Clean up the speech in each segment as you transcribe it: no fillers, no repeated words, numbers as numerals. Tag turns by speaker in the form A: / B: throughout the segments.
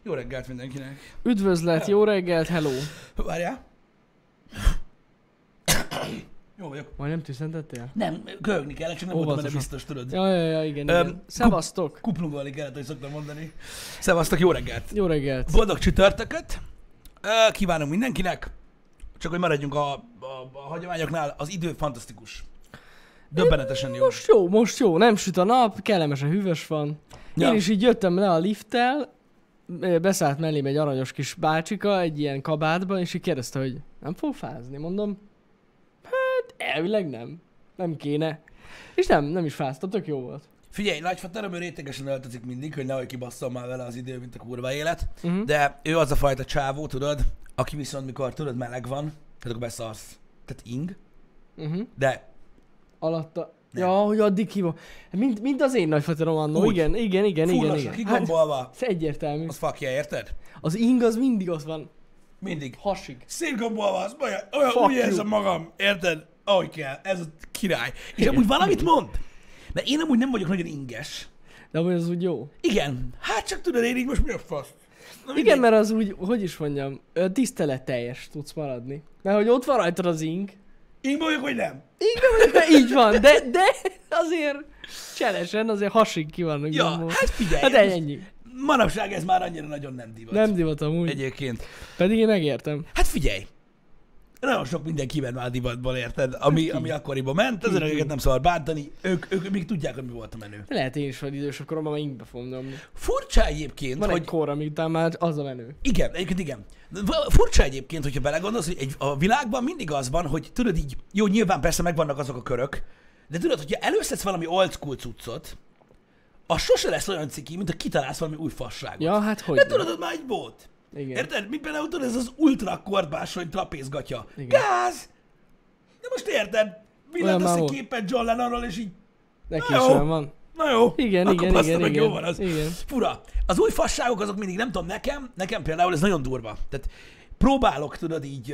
A: Jó reggelt mindenkinek.
B: Üdvözlet, jó reggelt, hello.
A: Várjál. Jó vagyok.
B: Majdnem tüszentettél?
A: Nem, köhögni kellett, csak nem voltam benne
B: Óvatosan.
A: biztos, tudod.
B: Ja, igen. Szevasztok.
A: Kuplungolni kellett, hogy szoktam mondani. Szevasztok, jó reggelt.
B: Jó reggelt.
A: Boldog csütörtököt. Kívánunk mindenkinek. Csak hogy maradjunk a hagyományoknál, az idő fantasztikus. Döbbenetesen jó.
B: Most jó, nem süt a nap, kellemesen hűvös van.
A: Ja.
B: Én is így jöttem le a lifttel, beszállt mellém egy aranyos kis bácsika egy ilyen kabátban, és így kérdezte, hogy nem fog fázni. Mondom, hát elvileg nem kéne. És nem is fáztam, tök jó volt.
A: Figyelj, nagyfaterom, ő rétegesen öltözik mindig, hogy nehogy kibasszom már vele az idő, mint a kurva élet. De ő az a fajta csávó, tudod, aki viszont mikor tudod meleg van, tehát akkor beszarsz. Tehát ing, de
B: Alatta.
A: Nem.
B: Ja, hogy addig hívom. Mint az én nagyfaterom annó.
A: Úgy.
B: Igen.
A: fullosan kigombolva,
B: Ez egyértelmű.
A: az fakja, érted?
B: Az ing az mindig ott van.
A: Mindig.
B: Hasig.
A: Szétgombolva, az olyan
B: Fuck
A: úgy
B: you.
A: érzem magam, érted? Ahogy kell, ez a király. És amúgy valamit mond. Mert én amúgy nem vagyok nagyon inges.
B: De amúgy az úgy jó.
A: Igen, hát csak tudod, én így most mi a fasz? Na, mindegy.
B: Igen, mert az úgy, hogy is mondjam, tiszteletteljes tudsz maradni. Mert hogy ott van rajtad az ing.
A: Én vagyok, hogy nem.
B: Így van, de azért cselesen, azért hasig ki vannak.
A: Ja,
B: gondolva.
A: hát figyelj.
B: Hát ennyi.
A: Manapság ez már annyira nagyon nem divat.
B: Nem divat amúgy.
A: Egyébként.
B: Pedig én megértem.
A: Hát figyelj. Nagyon sok minden kiment már divatból, érted? Ami akkoriban ment, az öregeket nem szabad bántani, ők még tudják, hogy mi volt a menő.
B: De lehet én is vagy idősebb koromban, már ingbe fogom nyomni.
A: Furcsa egyébként,
B: Van
A: hogy...
B: egy kor, amíg után már az a menő.
A: Igen, egyébként igen. Furcsa egyébként, hogyha belegondolsz, hogy a világban mindig az van, hogy tudod így, jó, nyilván persze megvannak azok a körök, de tudod, hogyha előszedsz valami old school cuccot, az sose lesz olyan ciki, mint ha kitalálsz valami új fasságot.
B: Ja, hát hogy
A: Mert
B: nem.
A: tudod, az már egy volt.
B: Igen.
A: Érted? Mi például tudod, ez az ultra kordbásony trapézgatya.
B: Igen.
A: Gáz! De most érted? Villant
B: már
A: össze
B: volt.
A: képet John Lennonról, és így,
B: Neki
A: Na
B: is
A: jó.
B: olyan van.
A: na jó,
B: Igen,
A: akkor
B: igen,
A: baszta
B: igen,
A: meg,
B: igen.
A: jó van az.
B: Igen.
A: Fura. Az új fasságok azok mindig, nem tudom, nekem például ez nagyon durva. Tehát próbálok, tudod, így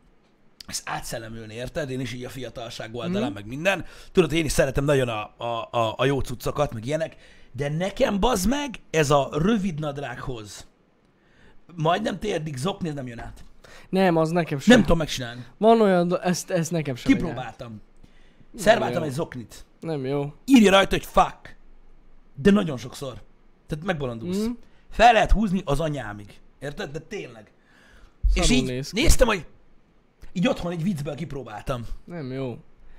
A: ezt átszellemülni, érted? Én is így a fiatalság oldalán, meg minden. Tudod, én is szeretem nagyon a jó cuccokat, meg ilyenek, de nekem bazd meg, ez a rövid nadrághoz majdnem térdig zokni, ez nem jön át.
B: Nem, az nekem sem.
A: Nem tudom megcsinálni.
B: Van olyan, ezt nekem sem. megy át.
A: Kipróbáltam. Szerváltam
B: jó.
A: egy zoknit.
B: Nem jó.
A: Írja rajta, hogy fuck. De nagyon sokszor. Tehát megbolondulsz. Fel lehet húzni az anyámig. Érted? De tényleg. És
B: Szarul
A: így
B: néz ki.
A: néztem, hogy így otthon egy viccből kipróbáltam.
B: Nem jó.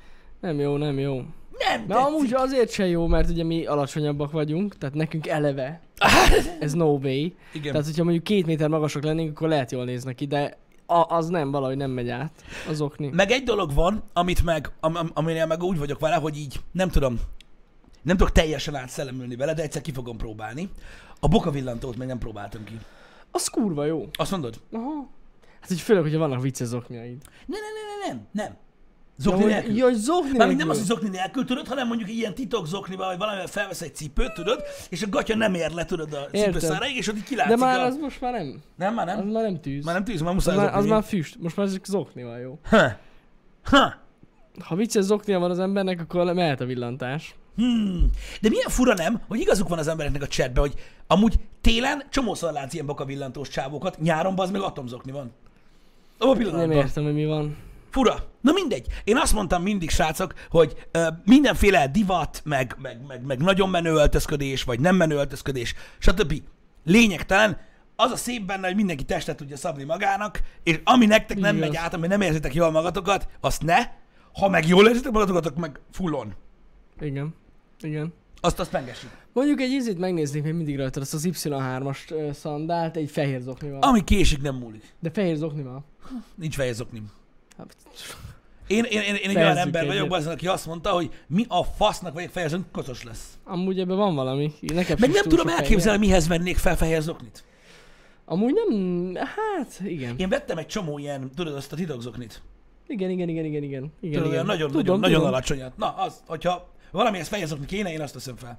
B: Nem jó.
A: Nem
B: De
A: tetszik.
B: amúgy azért se jó, mert ugye mi alacsonyabbak vagyunk, tehát nekünk eleve ez no way.
A: Igen.
B: Tehát, hogyha mondjuk 2 méter magasak lennénk, akkor lehet jól néznek ki, de az nem, valahogy nem megy át az okni.
A: Meg egy dolog van, amit meg, aminél meg úgy vagyok vele, hogy így nem tudok teljesen átszellemülni vele, de egyszer ki fogom próbálni. A bokavillantót még nem próbáltam ki.
B: Az kurva jó.
A: Azt mondod?
B: Aha. Hát, hogy főleg, hogyha vannak vicces zokniaid.
A: Nem. Zokni nélkül.
B: Jaj, zokni
A: Mármint nem az,
B: nélkül.
A: hogy zokni nélkül, tudod, hanem mondjuk ilyen titok zoknival, vagy valamivel felvesz egy cipőt, tudod, és a gatya nem ér le, tudod, a
B: Értem.
A: cipőszáráig, és ott így kilátszik
B: De már
A: a...
B: az most már nem.
A: Nem, már
B: Az
A: nem?
B: már nem tűz.
A: Már nem tűz, már
B: Az
A: muszáj
B: már,
A: zokni.
B: az már füst. Most már csak zoknival jó.
A: Ha.
B: Ha vicces zoknia van az embernek, akkor mehet a villantás.
A: De milyen fura nem, hogy igazuk van az embereknek a chatbe, hogy amúgy télen csomószor látsz ilyen bokavillantós csávókat, nyáron az meg atomzokni van. Abba a
B: Nem
A: pillanatban.
B: értem, hogy mi van.
A: Fura. Na mindegy. Én azt mondtam mindig, srácok, hogy mindenféle divat, meg nagyon menő öltözködés, vagy nem menő öltözködés, stb. Lényegtelen. Az a szép benne, hogy mindenki testet tudja szabni magának, és ami nektek nem
B: Igaz.
A: megy át, ami nem érzitek jól magatokat, azt ne. Ha meg jól érzitek magatokat, akkor meg fullon.
B: Igen.
A: Azt pengessük.
B: Mondjuk egy ízét megnéznék még mindig rajta, azt az Y3-as szandált egy fehér zoknival.
A: Ami késik, nem múlik.
B: De fehér zoknival.
A: Nincs fehér zoknim.
B: Hát,
A: Én egy olyan
B: Fejezzük
A: ember vagyok,
B: egyet.
A: bazdmeg, aki azt mondta, hogy mi a fasznak vagyok fehér zokni, koszos lesz.
B: amúgy ebben van valami. Nekem
A: Meg
B: sincs
A: nem
B: túl
A: tudom
B: sok
A: elképzelni, mihez vennék fel fehér zoknit.
B: Amúgy nem, hát igen.
A: Én vettem egy csomó ilyen, tudod, azt a titokzoknit.
B: Igen.
A: Tudod, olyan nagyon alacsonyat. Na, az, hogyha valamihez fehér zokni kéne, én azt teszem fel.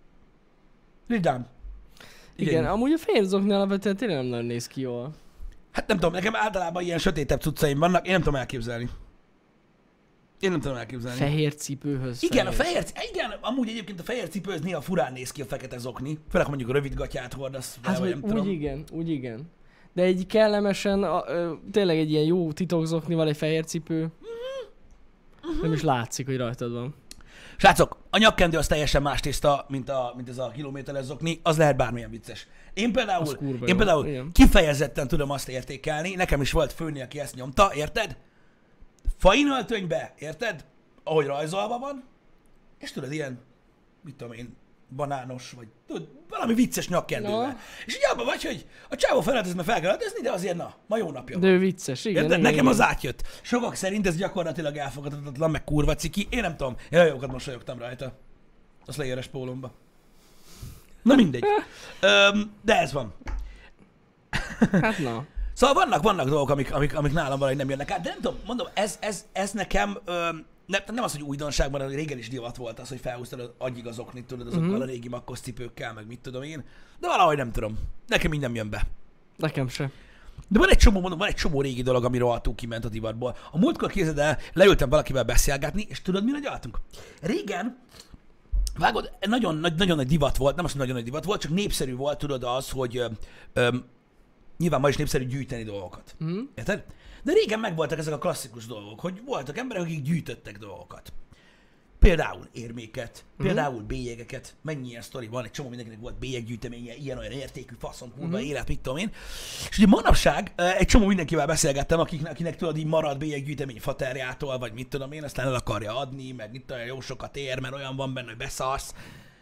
A: Ridám.
B: Igen, amúgy a fehér zokni alapvetően tényleg nem nagyon néz ki jól.
A: Hát nem tudom, nekem általában ilyen sötétebb cuccaim vannak, én nem tudom elképzelni. Én nem tudom elképzelni.
B: Fehér cipőhöz.
A: Igen, igen, amúgy egyébként a fehér cipőhöz néha furán néz ki a fekete zokni. Főleg, ha mondjuk a rövid gatyát hordasz.
B: Hát,
A: vagy
B: hogy
A: nem tudom.
B: úgy igen. De egy kellemesen, tényleg egy ilyen jó titokzoknival egy fehér cipő. Nem is látszik, hogy rajtad van.
A: Srácok, a nyakkendő az teljesen más tészta, mint ez a kilométeres zokni, az lehet bármilyen vicces. Én például
B: Igen.
A: kifejezetten tudom azt értékelni, nekem is volt főni, aki ezt nyomta, érted? Fainöltönybe, érted? Ahogy rajzolva van, és tudod, ilyen, mit tudom én, banános, vagy tudod, valami vicces nyakkendővel.
B: No.
A: És így abban vagy, hogy a csávó felöltöz, mert fel kell öltözni, de azért na, ma jó napja
B: De
A: van.
B: ő vicces, igen.
A: Érted?
B: igen,
A: Nekem
B: igen.
A: az átjött. Sokak szerint ez gyakorlatilag elfogadhatatlan, meg kurva ciki. Én nem tudom, én nagyon jókat mosolyogtam rajta. A Slayer-es pólomba. Na mindegy. De ez van.
B: Hát na.
A: Szóval vannak dolgok, amik nálam valahogy nem jönnek át, de nem tudom, mondom, ez nekem nem az, hogy újdonságban, hanem régen is divat volt az, hogy felhúztad az agyig az oknit, tudod, azokkal a régi makkos cipőkkel, meg mit tudom én, de valahogy nem tudom. Nekem így nem jön be.
B: Nekem se.
A: De van egy csomó régi dolog, ami rohadtul kiment a divatból. A múltkor képzeld el, leültem valakivel beszélgetni, és tudod, mi nagyaltunk? Régen, vágod, nagyon nagy divat volt, nem azt mondom, nagyon nagy divat volt, csak népszerű volt, tudod, az, hogy nyilván ma is népszerű gyűjteni dolgokat. Érted? De régen megvoltak ezek a klasszikus dolgok, hogy voltak emberek, akik gyűjtöttek dolgokat. Például érméket, például bélyegeket, mennyi ilyen sztori van, egy csomó mindenkinek volt bélyeggyűjteménye, ilyen-olyan értékű, faszom, kurva élet, mit tudom én. És ugye manapság egy csomó mindenkivel beszélgettem, akinek tudod, így marad bélyeggyűjtemény faterjától, vagy mit tudom én, aztán el akarja adni, meg mit tudom, jó sokat ér, mert olyan van benne, hogy beszarsz.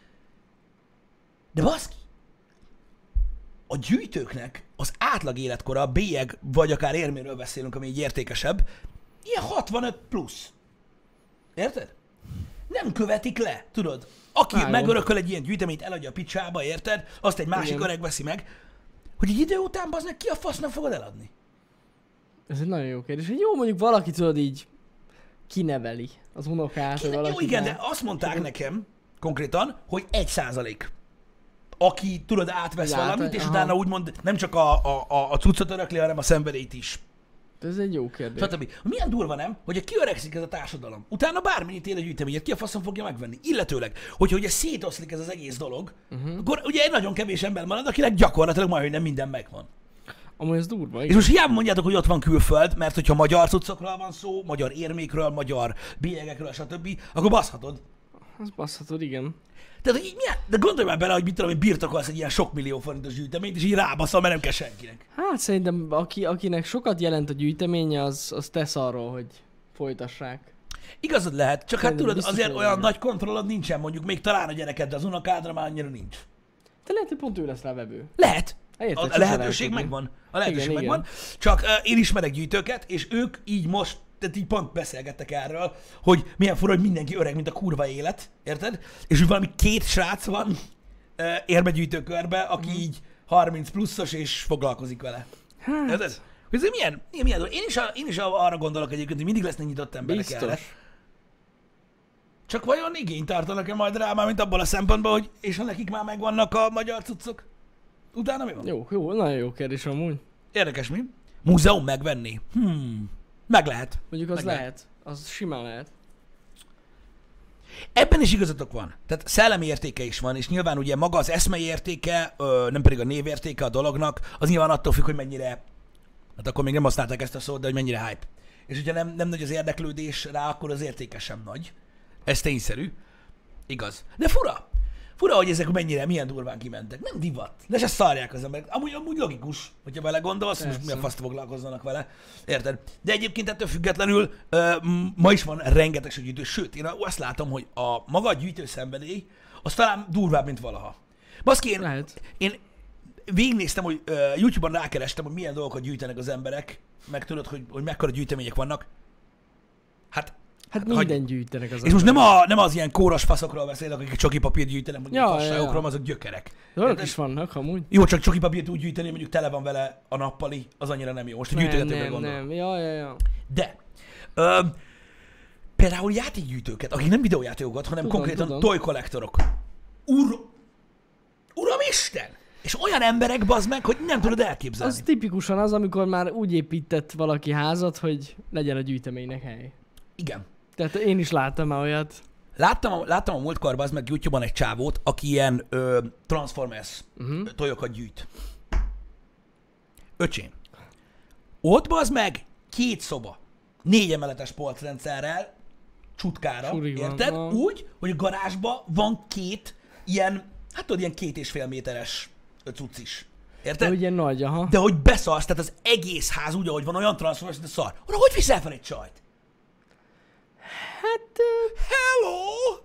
A: De baszki, a gyűjtőknek az átlag életkora, a bélyeg, vagy akár érméről beszélünk, ami így értékesebb, ilyen 65 plusz. Érted? Nem követik le, tudod? Aki megörököl egy ilyen gyűjteményt, eladja a picsába, érted? Azt egy másik öreg veszi meg, hogy egy idő után bazd meg ki a fasznak fogod eladni?
B: Ez egy nagyon jó kérdés. Jó, mondjuk valaki tudod így kineveli az unokát, vagy valaki.
A: Jó, igen, de azt mondták nekem konkrétan, hogy 1%. Aki, tudod, átvesz valamit, és utána úgymond nem csak a cuccot örökli, hanem a szenvedélyt is.
B: Ez egy jó kérdés.
A: Stb. Milyen durva nem, hogy kiöregszik ez a társadalom. Utána bármennyit ér a gyűjteményet, ki a faszom fogja megvenni. Illetőleg, hogyha ugye szétoszlik ez az egész dolog, akkor ugye egy nagyon kevés ember marad, akinek gyakorlatilag majdnem minden megvan.
B: Amúgy ez durva, igen.
A: És most hiába mondjátok, hogy ott van külföld, mert hogyha magyar cuccokról van szó, magyar érmékről, magyar bélyegekről, stb., akkor baszhatod.
B: Az baszhatod, igen.
A: Tehát, hogy így milyen? De gondolj már bele, hogy mit tudom, hogy birtokolsz egy ilyen sok millió forintos gyűjteményt, és így rábaszol, mert nem kell senkinek.
B: Hát szerintem akinek sokat jelent a gyűjteménye, az tesz arról, hogy folytassák.
A: Igazad lehet, csak hát tudod, azért olyan
B: igen.
A: nagy kontrollod nincsen, mondjuk még talán a gyereked, de az unokádra már annyira nincs.
B: De lehet, hogy pont ő lesz rá vevő.
A: Lehet.
B: Érted,
A: A lehetőség megvan. A lehetőség
B: Igen,
A: megvan. Csak én ismerek gyűjtőket, és ők így most, tehát így pont beszélgettek erről, hogy milyen fura, hogy mindenki öreg, mint a kurva élet, érted? És hogy valami 2 srác van érmegyűjtőkörbe, aki így 30 pluszos és foglalkozik vele.
B: Hát,
A: Érted? Ez milyen dolog? Én is arra gondolok egyébként, hogy mindig lesznek nyitott emberek
B: biztos.
A: erre. Csak vajon igényt tartanak-e majd rá, már mint abból a szempontból, hogy és ha nekik már megvannak a magyar cuccok, utána mi van?
B: Jó, nagyon jó kérdés amúgy.
A: Érdekes mi? Múzeum megvenni? Meg lehet.
B: Mondjuk az
A: Meg
B: lehet. Az simán lehet.
A: Ebben is igazatok van. Tehát szellemi értéke is van, és nyilván ugye maga az eszmei értéke, nem pedig a névértéke a dolognak, az nyilván attól függ, hogy mennyire, hát akkor még nem használták ezt a szót, de hogy mennyire hype. És hogyha nem nagy az érdeklődés rá, akkor az értéke sem nagy. Ez tényszerű. Igaz. De fura, hogy ezek milyen durván kimentek. Nem divat. De se szarják az emberek. Amúgy logikus, hogyha vele gondolsz, most mi a faszt foglalkozzanak vele. Érted? De egyébként ettől függetlenül ma is van rengeteg gyűjtő. Sőt, én azt látom, hogy a maga a gyűjtő szenvedély, az talán durvább, mint valaha. Baszki, én végignéztem, hogy YouTube-on rákerestem, hogy milyen dolgokat gyűjtenek az emberek, meg tudod, hogy mekkora gyűjtemények vannak.
B: Hát minden gyűjtenek az.
A: És most nem az ilyen kóros faszokról beszélek, akik csoki papírt gyűjtenek, mondjuk fasságokról, azok gyökerek.
B: Azok is vannak amúgy.
A: Jó, csak csoki papírt úgy gyűjteni, mondjuk tele van vele a nappali, az annyira nem jó. Most a gyűjtögetőkre gondolom.
B: Nem. Ja.
A: De például játékgyűjtőket, akik nem videójátékokat, hanem konkrétan toy kollektorok. Uramisten! És olyan emberek, bazd meg, hogy nem tudod elképzelni.
B: Az tipikusan az, amikor már úgy épített valaki házat, hogy legyen a gyűjteménynek hely.
A: Igen.
B: Tehát én is láttam már olyat.
A: Láttam a múltkorban az meg YouTube-on egy csávót, aki ilyen Transformers tojokat gyűjt. Öcsém. Ott az meg 2 szoba, 4 emeletes polcrendszerrel, csutkára, érted? Úgy, hogy a garázsban van 2 ilyen, hát tudod, ilyen 2,5 méteres cucc is. Érted?
B: De ugye nagy, aha.
A: De hogy beszarsz, tehát az egész ház úgy, ahogy van, olyan Transformers, de szar. Arra hogy viszel fel egy csajt?
B: Hát...
A: Hello!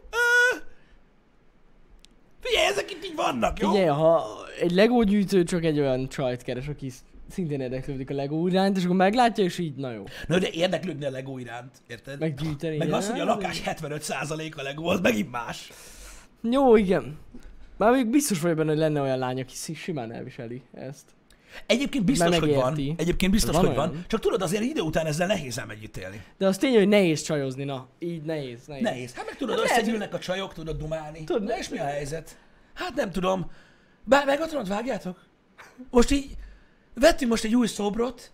A: Figyelj, ezek itt így vannak, jó?
B: Figyelj, ha egy Lego gyűjtő csak egy olyan csajt keres, aki szintén érdeklődik a Lego iránt, és akkor meglátja, és így, na jó.
A: Na, de érdeklődni a Lego iránt, érted?
B: Meggyűjteni.
A: Meg az, hogy a lakás 75% a Lego, az megint más.
B: Jó, igen. Már még biztos vagyok benne, hogy lenne olyan lány, aki simán elviseli ezt.
A: Egyébként biztos, hogy van. Egyébként biztos, hogy van.
B: Olyan?
A: Csak tudod, azért idő után ezzel nehéz ám együtt élni.
B: De az tény, hogy nehéz csajozni, na. Így nehéz.
A: Nehéz. Hát meg tudod,
B: Hát
A: összegyűlnek a csajok, tudod dumálni.
B: Tudod,
A: Na és mi a helyzet? Hát nem tudom. Megatronot vágjátok? Most így, vettünk most egy új szobrot.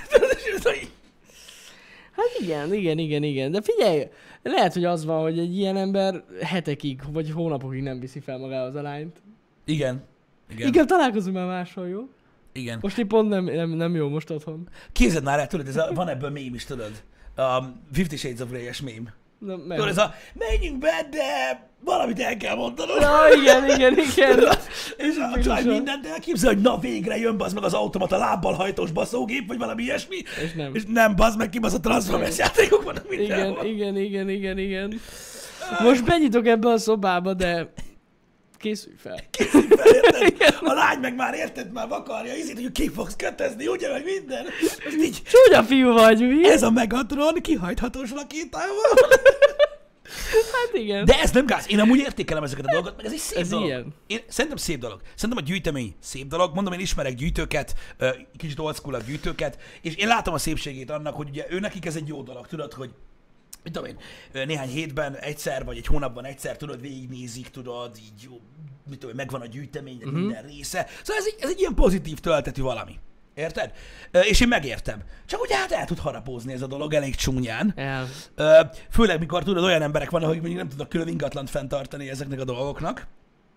B: Hát igen. De figyelj, lehet, hogy az van, hogy egy ilyen ember hetekig, vagy hónapokig nem viszi fel magához a lányt.
A: Igen.
B: Igen, találkozunk már máshol, jó?
A: Igen.
B: Most így pont nem jó most otthon.
A: Képzeld már el, tudod, van ebből mém is, tudod. 50 Shades of Grey-es mém.
B: Na,
A: Tudod, ez a menjünk be, de valamit el kell mondanom.
B: Ja, igen.
A: És a csaj mindent elképzel, hogy na végre jön bazd meg az automata lábbal hajtós baszógép, vagy valami ilyesmi. És nem bazd meg, kibaszott Transformers játékok vannak mindenhol.
B: Igen. Most benyitok ebbe a szobába, de készülj fel.
A: Érted? A lány meg már érted, már vakarja, hogy ki fogsz kötözni, ugye, meg minden. Most így,
B: Csúnya fiú vagy, mi?
A: ez a Megatron kihajthatós rakétával.
B: Hát igen.
A: De ez nem gáz. Én amúgy értékelem ezeket a dolgokat, meg ez egy szép
B: Ez
A: dolog.
B: ilyen.
A: Szerintem szép dolog. Szerintem a gyűjtemény szép dolog. Mondom, én ismerek gyűjtőket, kicsit old school gyűjtőket, és én látom a szépségét annak, hogy ugye nekik ez egy jó dolog, tudod, hogy mit tudom én, néhány hétben egyszer, vagy egy hónapban egyszer, tudod, végignézik, tudod, így jó, mit tudom én, megvan a gyűjtemény, minden része. Szóval ez egy ilyen pozitív töltetű valami. Érted? És én megértem. Csak ugye hát el tud harapózni ez a dolog elég csúnyán.
B: El.
A: Főleg mikor tudod, olyan emberek vannak, akik mondjuk nem tudnak külön ingatlant fenntartani ezeknek a dolgoknak.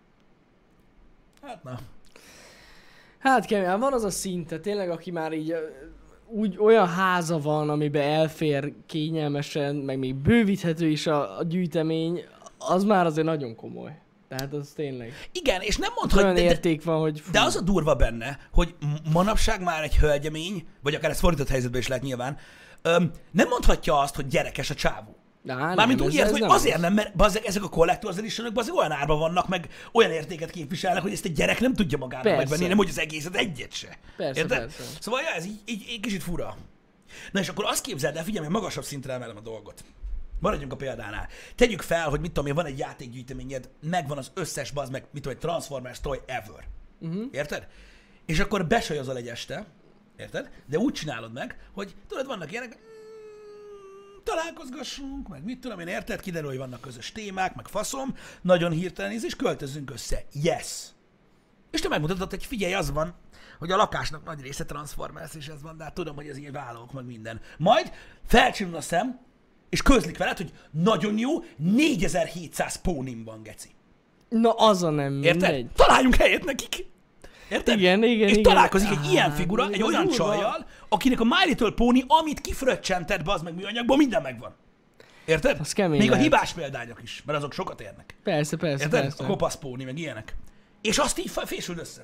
A: Hát na.
B: Hát kemény, van az a szinte, tényleg, aki már így úgy olyan háza van, amiben elfér kényelmesen, meg még bővíthető is a gyűjtemény, az már azért nagyon komoly. Tehát az tényleg.
A: Igen, és nem mondhatod,
B: olyan érték van, hogy...
A: De az a durva benne, hogy manapság már egy hölgyemény, vagy akár ez fordított helyzetben is lehet nyilván, nem mondhatja azt, hogy gyerekes a csávó. Mármint úgy érted, hogy azért nem, mert bazzeg, ezek a Collector's Edition-ök bazzeg olyan árban vannak, meg olyan értéket képviselnek, hogy ezt egy gyerek nem tudja magának megvenni, nem hogy az egészet egyet se.
B: Persze.
A: Szóval ja, ez így kicsit fura. Na és akkor azt képzeld el, figyelj, magasabb szintre emelem a dolgot. Maradjunk a példánál. Tegyük fel, hogy mit tudom én, van egy játékgyűjteményed, megvan az összes bazd meg, mit tudom, egy Transformers toy ever. Érted? És akkor besajozol egy este, érted? De úgy csinálod meg, hogy tudod, vannak ilyenek, találkozgassunk, meg mit tudom én, érted? Kiderül, hogy vannak közös témák, meg faszom, nagyon hirtelen és költözzünk össze. Yes! És te megmutatod, hogy figyelj, az van, hogy a lakásnak nagy része Transformers, és ez van, de hát tudom, hogy ez ilyen vállalok, meg minden. Majd felcsinul a szem, és közlik veled, hogy nagyon jó, 4700 pónim van, geci.
B: Na, az a nem mindegy.
A: Érted? Találjunk helyet nekik. Érted?
B: Igen.
A: És találkozik egy ilyen figura, egy olyan csajjal, akinek a My Little Pony, amit kifröccsentett, bazd meg műanyagból, minden megvan. Érted?
B: Az kemény
A: Még
B: lehet.
A: a hibás példányok is, mert azok sokat érnek.
B: Persze.
A: Érted? A kopasz póni, meg ilyenek. És azt így fésült össze.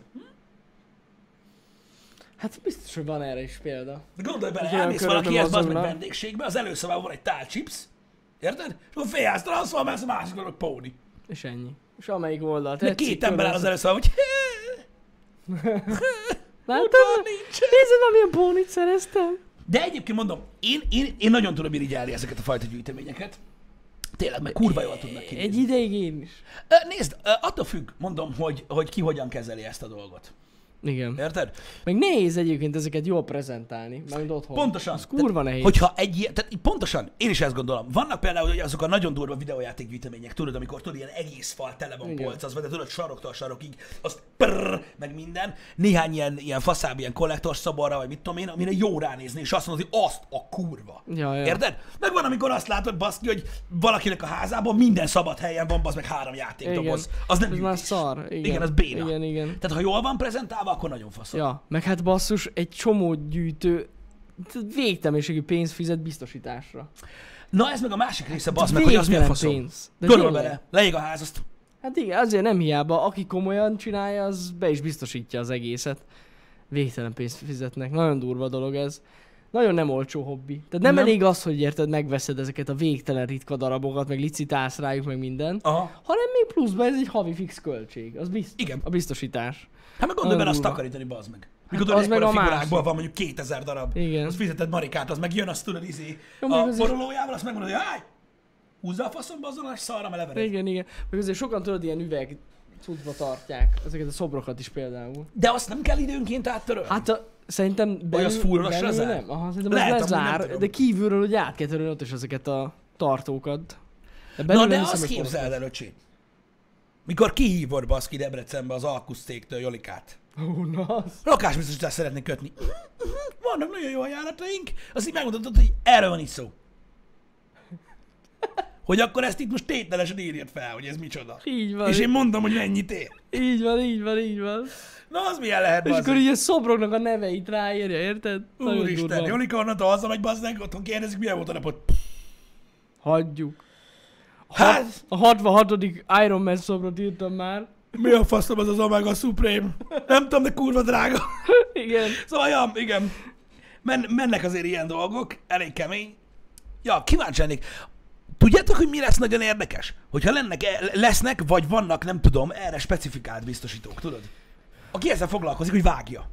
B: Hát biztos, hogy van erre is példa.
A: De gondolj bele,
B: Olyan
A: elmész
B: körökben
A: valakihez, bazd meg
B: mozognak.
A: vendégségbe, az előszavában van egy tál chips, érted? És akkor félház Transformers, a másikon meg póni.
B: És ennyi. És amelyik oldal
A: De
B: tetszik,
A: két ember áll az
B: tudod,
A: előszavában, hogy
B: Látod?
A: nincsen.
B: Nézd, már milyen pónit szereztem.
A: De egyébként mondom, én nagyon tudom irigyelni ezeket a fajta gyűjteményeket. Tényleg, meg kurva jól tudnak kinézni.
B: Egy ideig én is.
A: Nézd, attól függ, mondom, hogy ki hogyan kezeli ezt a dolgot.
B: Igen.
A: Érted?
B: Meg nehéz egyébként ezeket jól prezentálni, mármint otthon.
A: Pontosan.
B: Az kurva nehéz.
A: Hogyha egy ilyen, tehát pontosan, én is ezt gondolom. Vannak például hogy azok a nagyon durva videójátékgyűjtemények, tudod, amikor tudod, ilyen egész fal tele van polcazva, de tudod, saroktól sarokig, az prrr, meg minden. Néhány ilyen faszább, ilyen kollektors szoborra, vagy mit tudom én, amire jó ránézni, és azt mondod, hogy azt a kurva.
B: Ja.
A: Érted? Meg van, amikor azt látod, baszki, hogy valakinek a házában minden szabad helyen van, bazd meg 3 játékdoboz. Az nem
B: ez
A: gyűjtés.
B: már szar. Igen,
A: az béna.
B: Igen.
A: Tehát ha jól van prezentálva, akkor nagyon faszol.
B: Ja, meg hát basszus, egy csomó gyűjtő végtelenségű pénz fizet biztosításra.
A: Na ez meg a másik része, bazd meg, hogy az milyen
B: Végtelen
A: faszom.
B: pénz. De
A: Gondolj
B: tényleg.
A: bele, leég a ház, azt
B: Hát igen, azért nem hiába, aki komolyan csinálja, az be is biztosítja az egészet. Végtelen pénzt fizetnek, nagyon durva dolog ez. Nagyon nem olcsó hobbi. Tehát nem elég az, hogy érted, megveszed ezeket a végtelen ritka darabokat, meg licitálsz rájuk, meg minden, hanem még pluszban ez egy havi fix költség. Az
A: Igen.
B: A biztosítás.
A: Hát meg gondolj bele azt
B: durva.
A: takarítani, bazd meg. Mikor
B: az
A: tudod,
B: meg
A: a
B: a
A: figurákból
B: másik.
A: van mondjuk 2000 darab.
B: Igen.
A: Azt fizeted Marikát, az meg jön, azt tudod
B: Jó, még
A: a
B: azért-
A: borulójával, azt megmondod, hogy állj! Húzza a faszomba azon a szarra, mert levered.
B: Igen. Meg azért sokan tudod, ilyen üveg cuccba tartják. Ezeket a szobrokat is például.
A: De azt nem kell időnként áttörölni?
B: Hát szerintem belül,
A: az full lassan
B: belül
A: lezár?
B: nem. Aha, szerintem
A: Lehet,
B: ez
A: amúgy nem
B: lezár,
A: tudom.
B: de kívülről ugye át kell törölni ott is ezeket a tartókat. De
A: Na
B: belül
A: de
B: nem hiszem,
A: azt
B: hogy
A: képzeld el, öcsém. Mikor kihívod baszki Debrecenbe az Alkusztéktől Jolikát.
B: Na, az.
A: Lakásbiztosítást szeretnék kötni. Vannak nagyon jó ajánlataink. Azt így megmutatod, hogy erről van itt szó. Hogy akkor ezt itt most tételesen írjad fel, hogy ez micsoda.
B: Így van.
A: És én mondom, hogy mennyit ér.
B: Így van.
A: Na az milyen lehet,
B: És
A: bazd
B: akkor így a szobroknak a neveit ráírja, érted? Nagyon
A: Úristen,
B: durva.
A: Jolika onnantól hazamegy, bazdmeg, otthon kérdezik, milyen volt a napot.
B: Hagyjuk.
A: Hát,
B: A 66. Iron Man szobrot írtam már.
A: mi a faszom az Omega Supreme? Nem tudom, de kurva drága.
B: Igen.
A: Szóval, ja, igen. Mennek azért ilyen dolgok, elég kemény. Ja, kíváncsi lennék. Tudjátok, hogy mi lesz nagyon érdekes? Hogyha lesznek, vagy vannak, nem tudom, erre specifikált biztosítók, tudod? Aki ezzel foglalkozik, hogy vágja.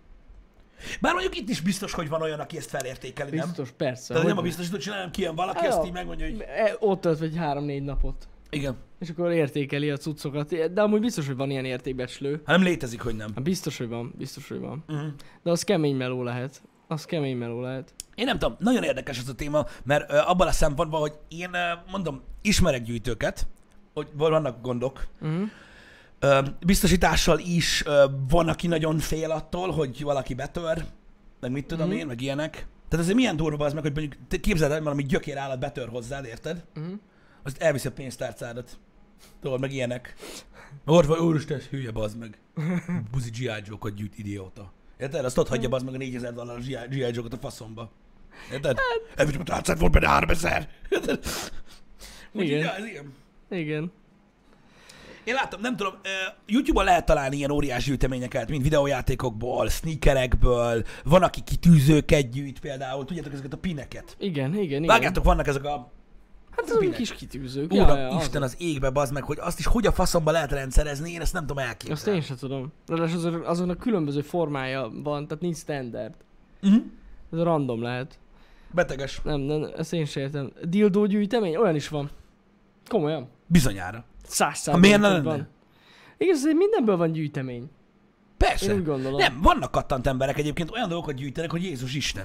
A: Bár mondjuk itt is biztos, hogy van olyan, aki ezt felértékeli, nem?
B: Biztos, persze.
A: Tehát nem a
B: hogy-
A: biztosító csinál, hanem kijön valaki,
B: Hát
A: azt
B: jó.
A: így megmondja, hogy
B: Ott tölt vagy 3-4 napot.
A: igen.
B: És akkor értékeli a cuccokat. De amúgy biztos, hogy van ilyen értékbecslő.
A: Hát nem létezik, hogy nem.
B: Hát biztos, hogy van.
A: Uh-huh.
B: De az kemény meló lehet.
A: Én nem tudom, nagyon érdekes ez a téma, mert abban a szempontból, hogy én mondom, ismerek gyűjtőket, hogy vannak gondok.
B: Uh-huh.
A: Biztosítással is van, aki nagyon fél attól, hogy valaki betör, meg mit tudom én, meg ilyenek. Tehát ez milyen durva az meg, hogy mondjuk te képzeld el, hogy valami gyökérállat betör hozzád, érted?
B: Uh-huh.
A: Azt elviszi a pénztárcádat. Tudod, meg ilyenek. Ott van, úristen, ez hülye, bazd meg. Buzi G.I. Joe-ot gyűjt, idióta. Érted? Azt ott hagyja bazd meg a $4000 G.I. Joe-ot a faszomba. Érted? Elvitt a tárcát, volt benne 3000. Érted? Úgyhogy,
B: Igen.
A: ja, ez ilyen.
B: Igen.
A: Én láttam, nem tudom, YouTube-on lehet találni ilyen óriás gyűjteményeket, mint videójátékokból, sneakerekből, van, aki kitűzőket gyűjt például, tudjátok ezeket a pineket.
B: Igen.
A: Vágjátok, vannak ezek a...
B: Hát azok
A: pinek.
B: kis kitűzők.
A: Uram, Isten az égbe, bazd meg, hogy azt is hogy a faszomba lehet rendszerezni, én ezt nem tudom
B: Azt
A: elképzelni.
B: én sem tudom. Ráadásul azonnak különböző formája van, tehát nincs standard.
A: Uh-huh.
B: Ez random lehet.
A: Beteges.
B: Nem, ezt én sem értem. Dildó gyűjtemény? Olyan is van. Komolyan.
A: Bizonyára.
B: 100%.
A: Miért ne lenne?
B: van. Igen, azért mindenből van gyűjtemény.
A: Persze.
B: Én úgy gondolom.
A: Nem, vannak kattant emberek egyébként, olyan dolgokat gyűjtenek, hogy Jézus Isten.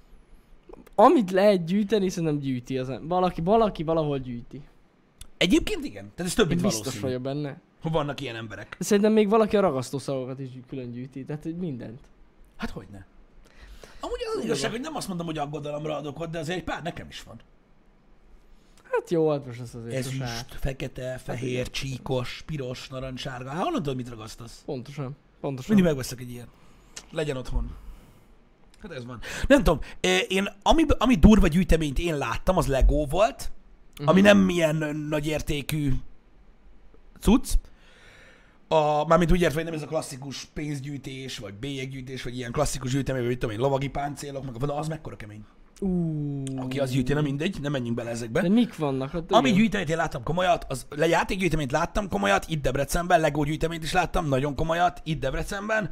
B: Amit lehet gyűjteni, szerintem gyűjti az ember. Valaki valahol gyűjti.
A: Egyébként igen. Tehát ez több,
B: Én
A: mint
B: biztos
A: valószínű,
B: vagyok benne.
A: hogy vannak ilyen emberek.
B: De szerintem még valaki a ragasztószalagokat is külön gyűjti. Tehát hogy mindent.
A: Hát hogyne. Amúgy az igazság, hogy nem azt mondom, hogy aggodalomra adok ott, de azért egy pár nekem is van.
B: Hát jó, hát most az azért sosem.
A: Ezüst, fekete, fehér, csíkos, piros, narancssárga. Hát honnan tudod, mit ragasztasz?
B: Pontosan.
A: Mindig megveszek egy ilyen. Legyen otthon. Hát ez van. Nem tudom, én ami durva gyűjteményt én láttam, az Lego volt, ami nem ilyen nagy értékű cucc. Mármint úgy értve, hogy nem ez a klasszikus pénzgyűjtés, vagy bélyeggyűjtés, vagy ilyen klasszikus gyűjtemény, vagy mit tudom én, lovagi páncélok, meg az mekkora kemény. Aki az gyűjti, nem mindegy, nem menjünk bele ezekbe.
B: De mik vannak? Hát,
A: Ami
B: igen.
A: gyűjteményt én láttam komolyat, az játékgyűjteményt láttam komolyat, itt Debrecenben, Lego gyűjteményt is láttam, nagyon komolyat, itt Debrecenben.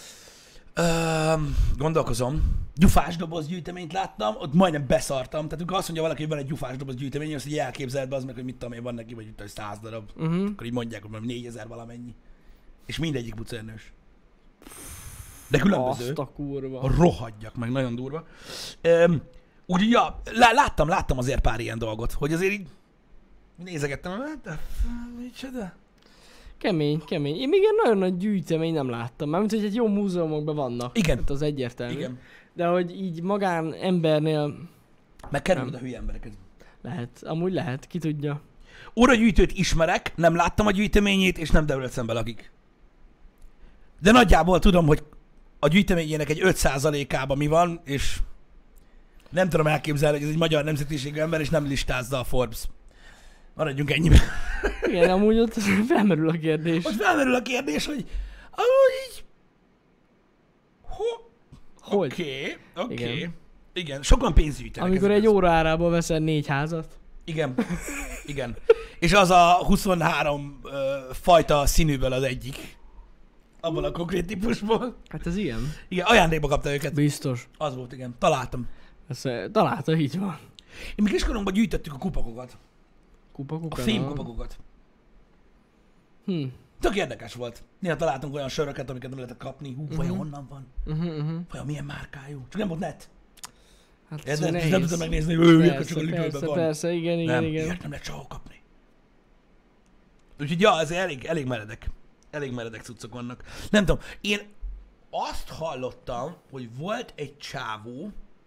A: Gondolkozom. Gyufás doboz gyűjteményt láttam, ott majdnem beszartam. Tehát amikor azt mondja valaki, hogy van egy gyufás doboz gyűjtemény, azt így elképzeled be az meg, hogy mit tudom én, van neki, vagy 100 darab. Akkor így mondják, hogy valami 4000 valamennyi. És mindegyik bucernős. De különböző.
B: Azt a kurva.
A: Rohadjak meg, nagyon durva. Úgyhogy ja, láttam azért pár ilyen dolgot, hogy azért így nézegettem, de micsoda?
B: Kemény, kemény. Én még ilyen nagyon nagy gyűjtemény nem láttam. Mármint, hogy egy jó múzeumokban vannak.
A: Igen.
B: Hát az egyértelmű.
A: Igen.
B: De hogy így magán embernél
A: Megkerülöd a hülye embereket.
B: lehet. Amúgy lehet, ki tudja.
A: Óragyűjtőt ismerek, nem láttam a gyűjteményét, és nem Debrecenben lakik. De nagyjából tudom, hogy a gyűjteményének egy 5%-ában mi van, és nem tudom elképzelni, hogy ez egy magyar nemzetiségű ember, és nem listázza a Forbes. Maradjunk ennyiben.
B: Igen, amúgy ott felmerül a kérdés.
A: Most felmerül a kérdés, hogy amúgy így...
B: Hogy?
A: Oké.
B: Igen.
A: Igen, sokan pénzt gyűjtenek.
B: Amikor
A: ezekhez.
B: egy óra árából veszel 4 házat.
A: Igen. Igen. És az a 23 fajta színűből az egyik. Abban a konkrét típusból.
B: Hát ez ilyen.
A: Igen, ajándékba kapta őket.
B: Biztos.
A: Az volt, igen. Találtam.
B: Ezt találta, így van.
A: Én mi kiskorunkban gyűjtöttük a kupakokat.
B: Kupa.
A: A fémkupakokat. Tök érdekes volt. Néha találtunk olyan söröket, amiket nem lehetett kapni. Vajon honnan van? Vajon milyen márkájú? Csak nem volt net.
B: Hát
A: Ez nem
B: nehéz.
A: tudtam megnézni, hogy ők csak a
B: Persze,
A: Lidlben van.
B: persze, igen.
A: Nem, ilyet nem lehet sehol kapni. Úgyhogy ja, ez elég meredek. Elég meredek cuccok vannak. Nem tudom, én azt hallottam, hogy volt egy csávó,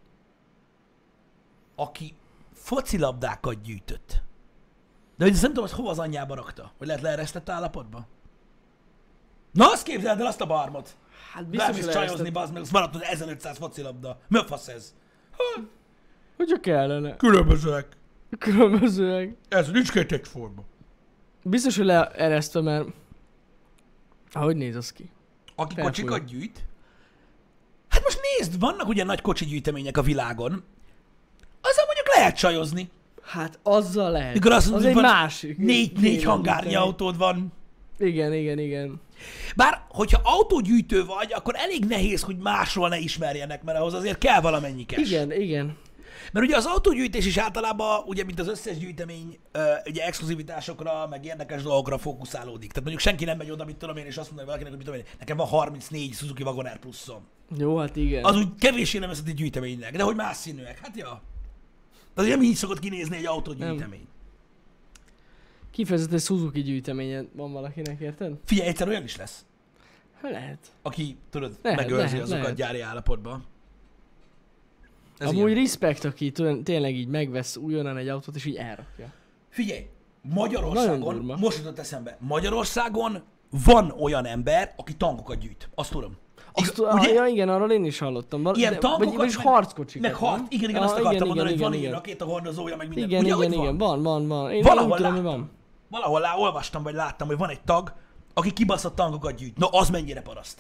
A: aki focilabdákat gyűjtött. De hogy ezt nem tudom, az hova az anyjába rakta? Hogy lehet leeresztett állapotba? Na, azt képzeld el azt a barmot!
B: Hát biztos,
A: Biztos,
B: hogy
A: csajozni, bazd meg, azt maradtad 1500 focilabda. Mi a fasz ez?
B: Hogyha kellene.
A: Különbözőek.
B: Különbözőek.
A: Ez nincs két egyforma.
B: Biztos, hogy leeresztve, mert... Ahogy néz az ki?
A: Aki
B: Felfújja.
A: kocsikat gyűjt? Hát most nézd, vannak ugye nagy kocsi gyűjtemények a világon. Azzal mondjuk lehet csajozni.
B: Hát azzal lehet.
A: Mikor azt
B: az
A: mondod,
B: egy
A: hogy van
B: másik.
A: négy hangárnyi autód van.
B: Igen.
A: Bár, hogyha autógyűjtő vagy, akkor elég nehéz, hogy másról ne ismerjenek, mert ahhoz azért kell valamennyi cash.
B: Igen.
A: Mert ugye az autógyűjtés is általában, ugye mint az összes gyűjtemény, ugye exkluzivitásokra, meg érdekes dolgokra fókuszálódik. Tehát mondjuk senki nem megy oda, mit tudom én, és azt mondja valakinek, hogy mit tudom én, nekem van 34 Suzuki Wagoner pluszom.
B: Jó, hát igen.
A: Az úgy kevéssé nem eszedi gyűjteménynek, de hogy más színűek, hát ja. De azért nem így szokott kinézni egy autógyűjtemény.
B: Kifejezetten Suzuki gyűjteménye van valakinek, érted?
A: Figyelj, egyszer olyan is lesz,
B: Lehet.
A: aki, tudod,
B: Lehet,
A: megőrzi
B: lehet,
A: azokat
B: lehet.
A: gyári állapotban. Ez
B: Amúgy
A: ilyen.
B: respect, aki tényleg így megvesz újonnan egy autót, és így elrakja.
A: Figyelj,
B: Nagyon
A: Magyarországon,
B: durva.
A: most jutott eszembe, Magyarországon van olyan ember, aki tankokat gyűjt. Azt tudom.
B: Ugye? Ja, igen, arról én is hallottam.
A: Ilyen tankokat,
B: Vagyis harckocsikat.
A: meg
B: nem?
A: igen, azt akartam mondani, hogy van ilyen rakétahordozója, meg minden.
B: Igen,
A: Ugye,
B: igen,
A: hogy
B: igen, van. Én
A: Valahol
B: nem tudom, hogy
A: láttam.
B: van.
A: Valahol olvastam, vagy láttam, hogy van egy tag, aki kibaszott tankokat gyűjt. Na, az mennyire paraszt.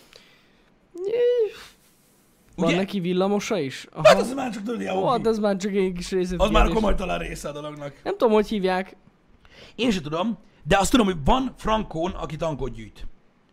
B: Van
A: Ugye?
B: neki villamosa is? Aha.
A: Hát az már csak tudni a
B: Ó, hát
A: hobbi.
B: ez már csak egy kis részlet.
A: Az már a komolytalan része a dolognak.
B: Nem tudom, hogy hívják.
A: Én sem tudom, de azt tudom, hogy van Frankón, aki tankot gyűjt.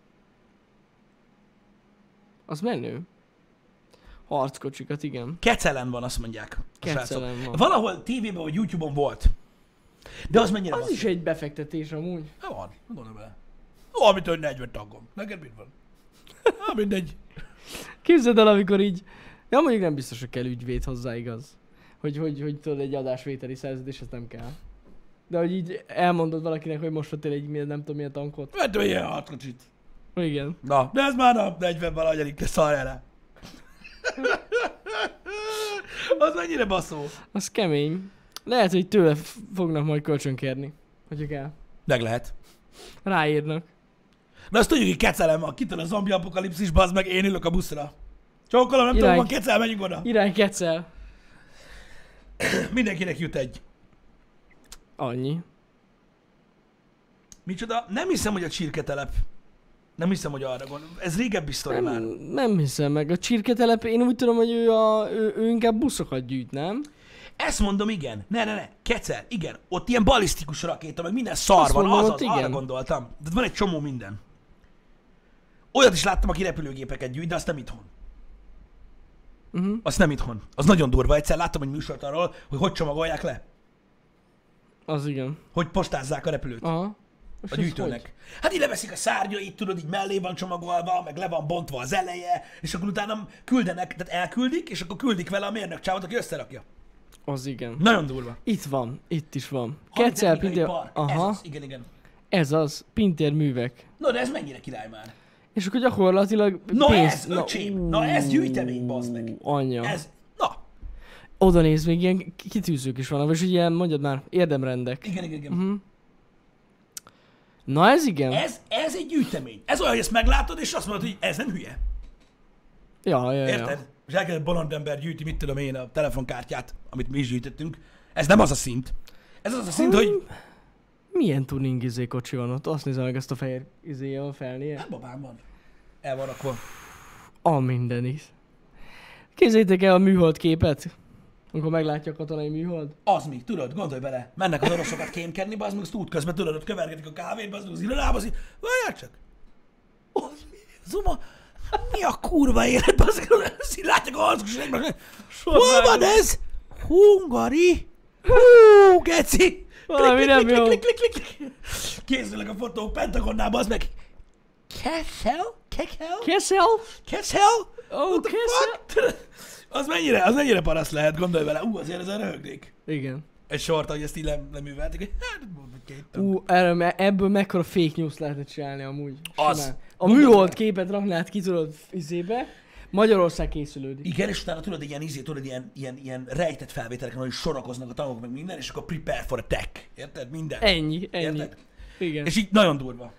B: Az menő. Harckocsikat, igen.
A: Kecelen van, azt mondják. a
B: Kecelen
A: srácok.
B: van.
A: Valahol tévében vagy YouTube-on volt. De az mennyire
B: Az
A: basszus?
B: is egy befektetés amúgy.
A: Hát van, gondolom bele. Amit ön 40 tagom. Neked mit van? Hát mindegy.
B: Képzeld el, amikor így... Ja, mondjuk nem biztos, hogy kell ügyvéd hozzá, igaz? Hogy tudod, egy adásvételi szerződés, ez nem kell. De hogy így elmondod valakinek, hogy most vettél egy nem tudom milyen tankot.
A: Vettem ilyen harckocsit.
B: Igen.
A: Na, de ez már a 40 valahogyanik, te szarjál rá. Az mennyire baszó.
B: Az kemény. Lehet, hogy tőle fognak majd kölcsönkérni. Hogyha kell.
A: Meg lehet.
B: Ráírnak.
A: Na azt tudjuk, hogy kecelem van, kitől a zombi apokalipszisba, az meg én ülök a buszra. Csókolom, nem
B: Irány.
A: tudom, van kecel, menjünk oda.
B: Irány kecel.
A: Mindenkinek jut egy.
B: Annyi.
A: Micsoda? Nem hiszem, hogy a csirketelep. Nem hiszem, hogy arra gondol. Ez régebbi sztori már.
B: Nem hiszem meg. A csirketelep, én úgy tudom, hogy ő inkább buszokat gyűjt, nem?
A: Ezt mondom, igen. Ne. Kecel, igen. Ott ilyen balisztikus rakéta, meg minden szar
B: Azt
A: van.
B: mondom,
A: Azaz,
B: ott igen.
A: arra gondoltam. De van egy csomó minden. Olyat is láttam, aki repülőgépeket gyűjt, de azt nem itthon. Azt nem itthon. Az nagyon durva. Egyszer láttam egy műsort arról, hogy csomagolják le.
B: Az igen.
A: Hogy postázzák a repülőt.
B: Aha.
A: A gyűjtőnek. Hát így leveszik a szárnyait, tudod, így mellé van csomagolva, meg le van bontva az eleje, és akkor utána küldenek, tehát elküldik, és akkor küldik vele a mérnök csávot, aki összerakja.
B: Az igen.
A: Nagyon durva.
B: Itt van, itt is van.
A: Haditechnikai
B: Pintér...
A: park.
B: Aha,
A: Ez az, igen.
B: ez az. Pintér művek.
A: No, de ez mennyire király már?
B: És akkor gyakorlatilag
A: Na ez, öcsém! Na ez gyűjtemény, bazd meg!
B: Anya.
A: Ez, na!
B: Oda néz, még ilyen kitűzők is vannak, és ilyen, mondjad már, érdemrendek.
A: Igen.
B: Uh-huh. Na ez igen.
A: Ez egy gyűjtemény. Ez olyan, hogy ezt meglátod, és azt mondod, hogy ez nem hülye.
B: Ja.
A: Érted? És elkezdett bolond ember gyűjti, mit tudom én, a telefonkártyát, amit mi is gyűjtöttünk. Ez nem az a szint. Ez az a szint, hogy...
B: Milyen tuning kocsi van ott? Azt nézem meg ezt a fehér a felnél.
A: Hát babám van. El van rakva.
B: A minden is. Képzeljétek el a műhold képet, amikor meglátja a katonai műhold.
A: Az mi, tudod, gondolj bele. Mennek az oroszokat kémkedni, bazd meg, azt útközben tudod, ott kövergetik a kávét, bazd meg az irodába, az várjál csak. Az mi? Zuma, mi a kurva élet, bazd meg, azt így látják a harcos egymásnak. Hol van ez? Hungari? Hú, geci!
B: Valami nem jó.
A: Készülnek a fotók Pentagonnál, bazd meg. Kessel?
B: Kessel?
A: What the fuck? Az mennyire paraszt lehet, gondolj vele. Azért ezen röhögnék.
B: Igen.
A: Egy sort, hogy ezt így leművelték.
B: Ebből mekkora fake news lehetne csinálni amúgy.
A: Az.
B: Simán. A műhold képet raknád ki, tudod, izébe. Magyarország készülődik.
A: Igen, és utána tudod, ilyen rejtett felvételeken, hogy sorakoznak a tankok meg minden, és akkor prepare for attack. Érted? Minden.
B: Ennyi.
A: Érted?
B: Igen.
A: És így nagyon durva.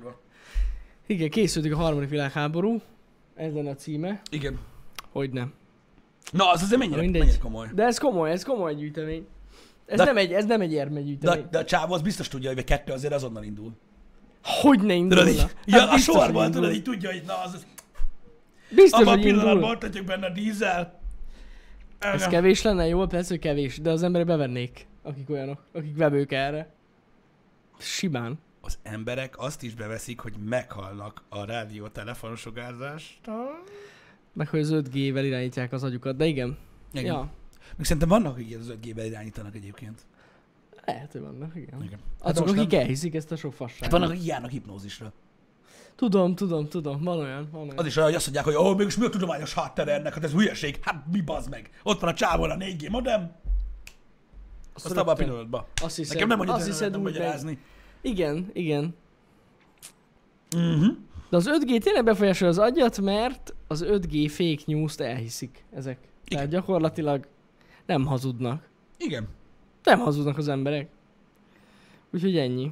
B: Igen, készülődik a harmadik világháború. Ez lenne a címe.
A: Igen.
B: Hogy nem.
A: Na, az azért mennyire komoly.
B: De ez komoly gyűjtemény. Ez nem egy gyűjtemény.
A: De a csávó az biztos tudja, hogy kettő azért azonnal indul.
B: Hogy ne indulna?
A: Tudod, így, ja, a sorban tudod, így tudja, hogy na az...
B: Biztos,
A: abban a
B: hogy indul.
A: pillanatban ott hagyjuk benne a dízel.
B: Ez kevés lenne? Jó, persze, hogy kevés, de az emberek bevennék, akik olyanok, akik vevők erre. Simán.
A: Az emberek azt is beveszik, hogy meghalnak a rádió telefonsugárzástól.
B: Meg hogy az 5G-vel irányítják az agyukat, de igen.
A: Igen.
B: Ja.
A: Még szerintem vannak, akik az 5G-vel irányítanak egyébként.
B: Lehet, hogy vannak, igen.
A: Igen.
B: Azok,
A: most
B: akik
A: nem.
B: elhiszik ezt a sok fasságot.
A: Hát vannak, akik járnak hipnózisra.
B: Tudom, van olyan.
A: Az is olyan, hogy azt mondják, hogy mégis mi a tudományos háttere ennek, hát ez hülyeség. Hát mi bazd meg? Ott van a csávon a 4G modem. Azt abban a pillanatban.
B: Azt hiszed,
A: Nekem nem
B: azt
A: annyit
B: hiszed
A: nem
B: úgy
A: magyarázni.
B: Igen.
A: Mhm.
B: De az 5G tényleg befolyásolja az agyat, mert az 5G fake news-t elhiszik ezek. Tehát gyakorlatilag nem hazudnak.
A: Igen.
B: Nem hazudnak az emberek. Úgyhogy ennyi.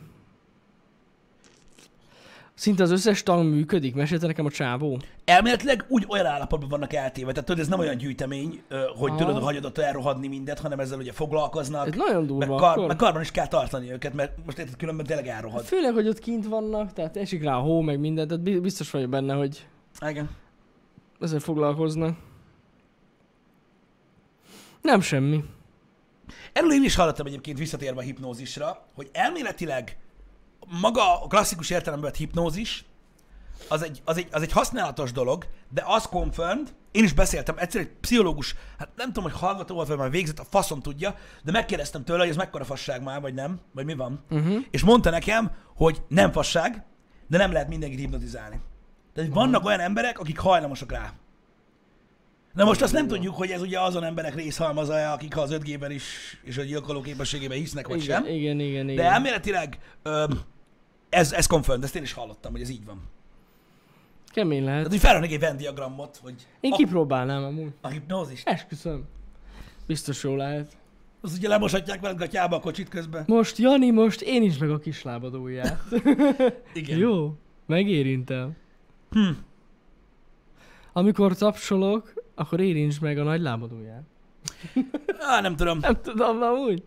B: Szinte az összes tang működik, mesélte nekem a csávó.
A: Elméletileg úgy olyan állapotban vannak eltéve, tehát tudod, ez nem olyan gyűjtemény, hogy tudod, hagyod ott elrohadni mindet, hanem ezzel ugye foglalkoznak.
B: Ez nagyon durva.
A: Meg karban is kell tartani őket, mert most érted, különben tényleg elrohad.
B: Főleg, hogy ott kint vannak, tehát esik rá a hó, meg minden, tehát biztos vagyok benne, hogy
A: Igen.
B: ezzel foglalkoznak. Nem semmi.
A: Erről én is hallottam egyébként visszatérve a hipnózisra, hogy elméletileg maga a klasszikus értelemben vett hipnózis, az egy használatos dolog, de az confirmed, én is beszéltem, egyszer egy pszichológus, hát nem tudom, hogy hallgató volt, vagy már végzett, a faszom tudja, de megkérdeztem tőle, hogy ez mekkora fasság már, vagy nem, vagy mi van. És mondta nekem, hogy nem fasság, de nem lehet mindenkit hipnotizálni. Tehát vannak olyan emberek, akik hajlamosak rá. Na most azt nem tudjuk, hogy ez ugye azon emberek részhalmaza, akik az 5G-ben is és a gyilkoló képességében hisznek, vagy sem.
B: Igen.
A: De elméletileg ez confirmed, ezt én is hallottam, hogy ez így van.
B: Kemény lehet.
A: Tehát, hogy felraknak egy Venn diagramot, hogy
B: Én kipróbálnám amúgy.
A: a hipnózis.
B: Esküszöm. Biztos jó lehet.
A: Az ugye lemoshatják veled gatyába a kocsit közben.
B: Most, Jani, én is meg a kislábadóját.
A: Igen.
B: Jó, megérintem. Amikor tapsolok, akkor érintsd meg a nagy lábadóját.
A: Nem tudom.
B: Nem tudom, amúgy.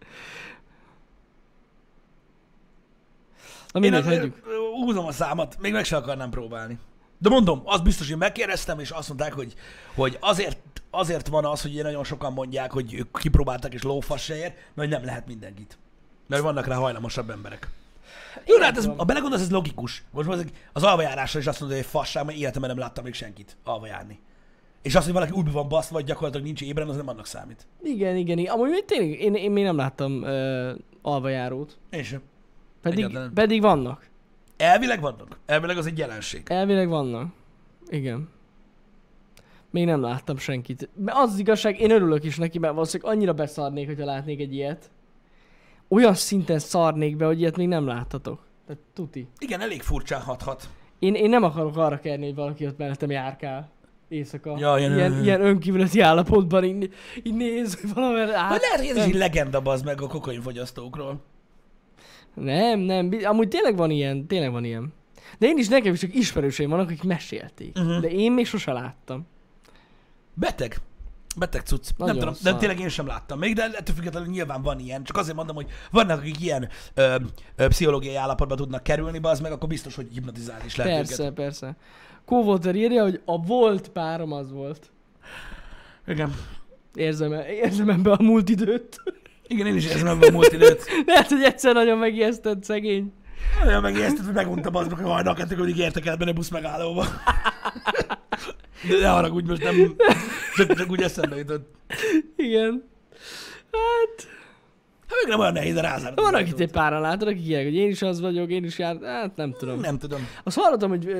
B: Na mindegy, hagyjuk.
A: Húzom a számat, még meg sem akarnám próbálni. De mondom, az biztos, hogy megkérdeztem, és azt mondták, hogy azért van az, hogy nagyon sokan mondják, hogy ők kipróbáltak és lófasz se ér, mert nem lehet mindenkit. Mert vannak rá hajlamosabb emberek. Jó, hát ha belegondolsz, ez logikus. Most az alvajárásra is azt mondod, hogy fasság, mert életemben nem láttam még senkit alvajárni. És az, hogy valaki úgy van baszva, vagy gyakorlatilag nincs ébren, az nem annak számít.
B: Igen. Amúgy tényleg, én még nem láttam alvajárót.
A: Én sem. Egyáltalán.
B: Pedig vannak.
A: Elvileg vannak. Elvileg az egy jelenség.
B: Elvileg vannak. Igen. Még nem láttam senkit. Mert az igazság, én örülök is neki, mert valószínűleg annyira beszarnék, hogyha látnék egy ilyet. Olyan szinten szarnék be, hogy ilyet még nem láttatok. Tehát tuti.
A: Igen, elég furcsán hathat.
B: Én nem akarok arra kerni, hogy valaki ott mellettem járkál éjszaka.
A: Ja,
B: ilyen önkívületi állapotban így néz, hogy valamerre át.
A: Vagy lehet, hogy ez is egy legenda bazd meg a kokainfogyasztókról.
B: Nem. Amúgy tényleg van ilyen. De nekem is csak ismerőseim vannak, akik mesélték. De én még sose láttam.
A: Beteg cucc.
B: Nagyon
A: Nem tudom,
B: szar.
A: de tényleg én sem láttam még, de ettől függetlenül nyilván van ilyen. Csak azért mondom, hogy vannak, akik ilyen pszichológiai állapotba tudnak kerülni, bazd meg, akkor biztos, hogy hipnotizálni is lehet őket.
B: Persze. Kóvolter írja, hogy a volt párom az volt.
A: Igen.
B: Érzem ebbe a múlt időt.
A: Igen, én is érzem ebben a múlt időt.
B: Lehet, hogy egyszer nagyon megijesztett szegény.
A: Olyan megijesztett, hogy meguntam az meg, hogy hajnal 2-kor értek el benne busz megállóba. De ne haragudj, most nem, csak úgy eszembe jutott.
B: Igen. Hát
A: még nem olyan nehéz a rázárni.
B: van, akit egy páran látod, akik ilyenek, hogy én is az vagyok, én is jár. Hát nem tudom.
A: Nem tudom.
B: Azt hallottam, hogy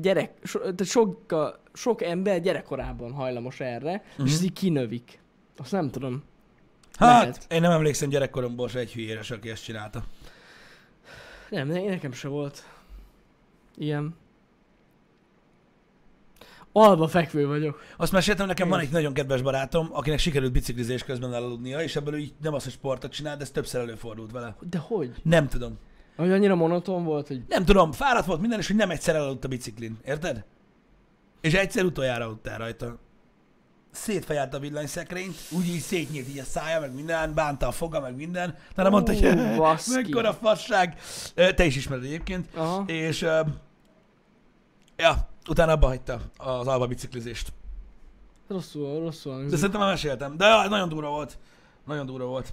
B: sok ember gyerekkorában hajlamos erre, és ez így kinövik. Azt nem tudom.
A: Hát,
B: Lehet.
A: én nem emlékszem gyerekkoromból se egy hülyére, aki ezt csinálta.
B: Nem, nekem se volt ilyen. Alba fekvő vagyok.
A: Azt meséltem, nekem van egy nagyon kedves barátom, akinek sikerült biciklizés közben elaludnia, és ebből így nem az, hogy sportot csinál, de ez többször előfordult vele.
B: De hogy?
A: Nem tudom.
B: Hogy annyira monoton volt, hogy...
A: Nem tudom, fáradt volt minden, és hogy nem egyszer elaludt a biciklin. Érted? És egyszer utoljára aludtál rajta. Szétfejált a villanyszekrényt, úgy így szétnyílt így a szája, meg minden, bánta a foga, meg minden. Tehát mondta, hogy
B: baszki.
A: mekkora fasság. Te is ismered egyébként.
B: Aha.
A: És ja, utána abba hagyta az alba biciklizést.
B: Rosszul.
A: De szerintem már meséltem. De ja, nagyon durva volt. Nagyon durva volt.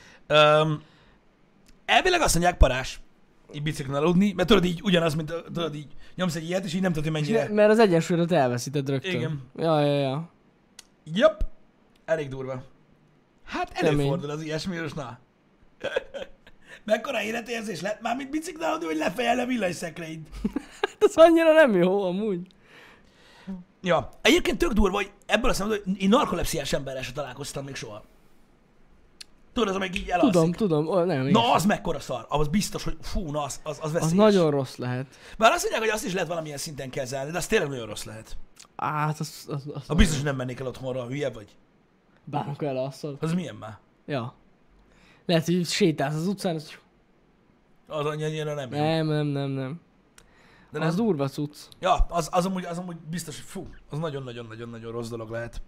A: Elvileg azt mondják parás, így biciklin aludni, mert tudod így ugyanaz, mint tudod így nyomsz egy ilyet, és így nem tudod, hogy mennyire.
B: Mert az egyensúlyot elveszíted rögtön.
A: Igen.
B: Ja.
A: Yep. Elég durva. Hát
B: Kemény.
A: előfordul az ilyesmi, és na. Mekkora életérzés lett már, mint biciklin aludni, hogy lefejel a villanyszekrényt.
B: Hát ez annyira nem jó amúgy.
A: Ja. Egyébként tök durva, hogy ebből a szempontból, hogy én narkolepsziás emberrel sem találkoztam még soha. Tudod, az, amelyik így elalszik.
B: Tudom. Nem,
A: Na, az mekkora szar. Az biztos, hogy fú, na, az veszélyes.
B: az nagyon rossz lehet.
A: Bár azt mondják, hogy azt is lehet valamilyen szinten kezelni, de az tényleg nagyon rossz lehet.
B: Hát az
A: A biztos, hogy nem mennék el otthonra, hülye vagy.
B: bármikor elalszol.
A: Az milyen már?
B: Ja. Lehet, hogy sétálsz az utcán, az...
A: Az annyira nem jó.
B: Nem.
A: De
B: Az durva cucc.
A: Ja, az amúgy biztos, hogy fú, az nagyon-nagyon-nagyon rossz dolog lehet.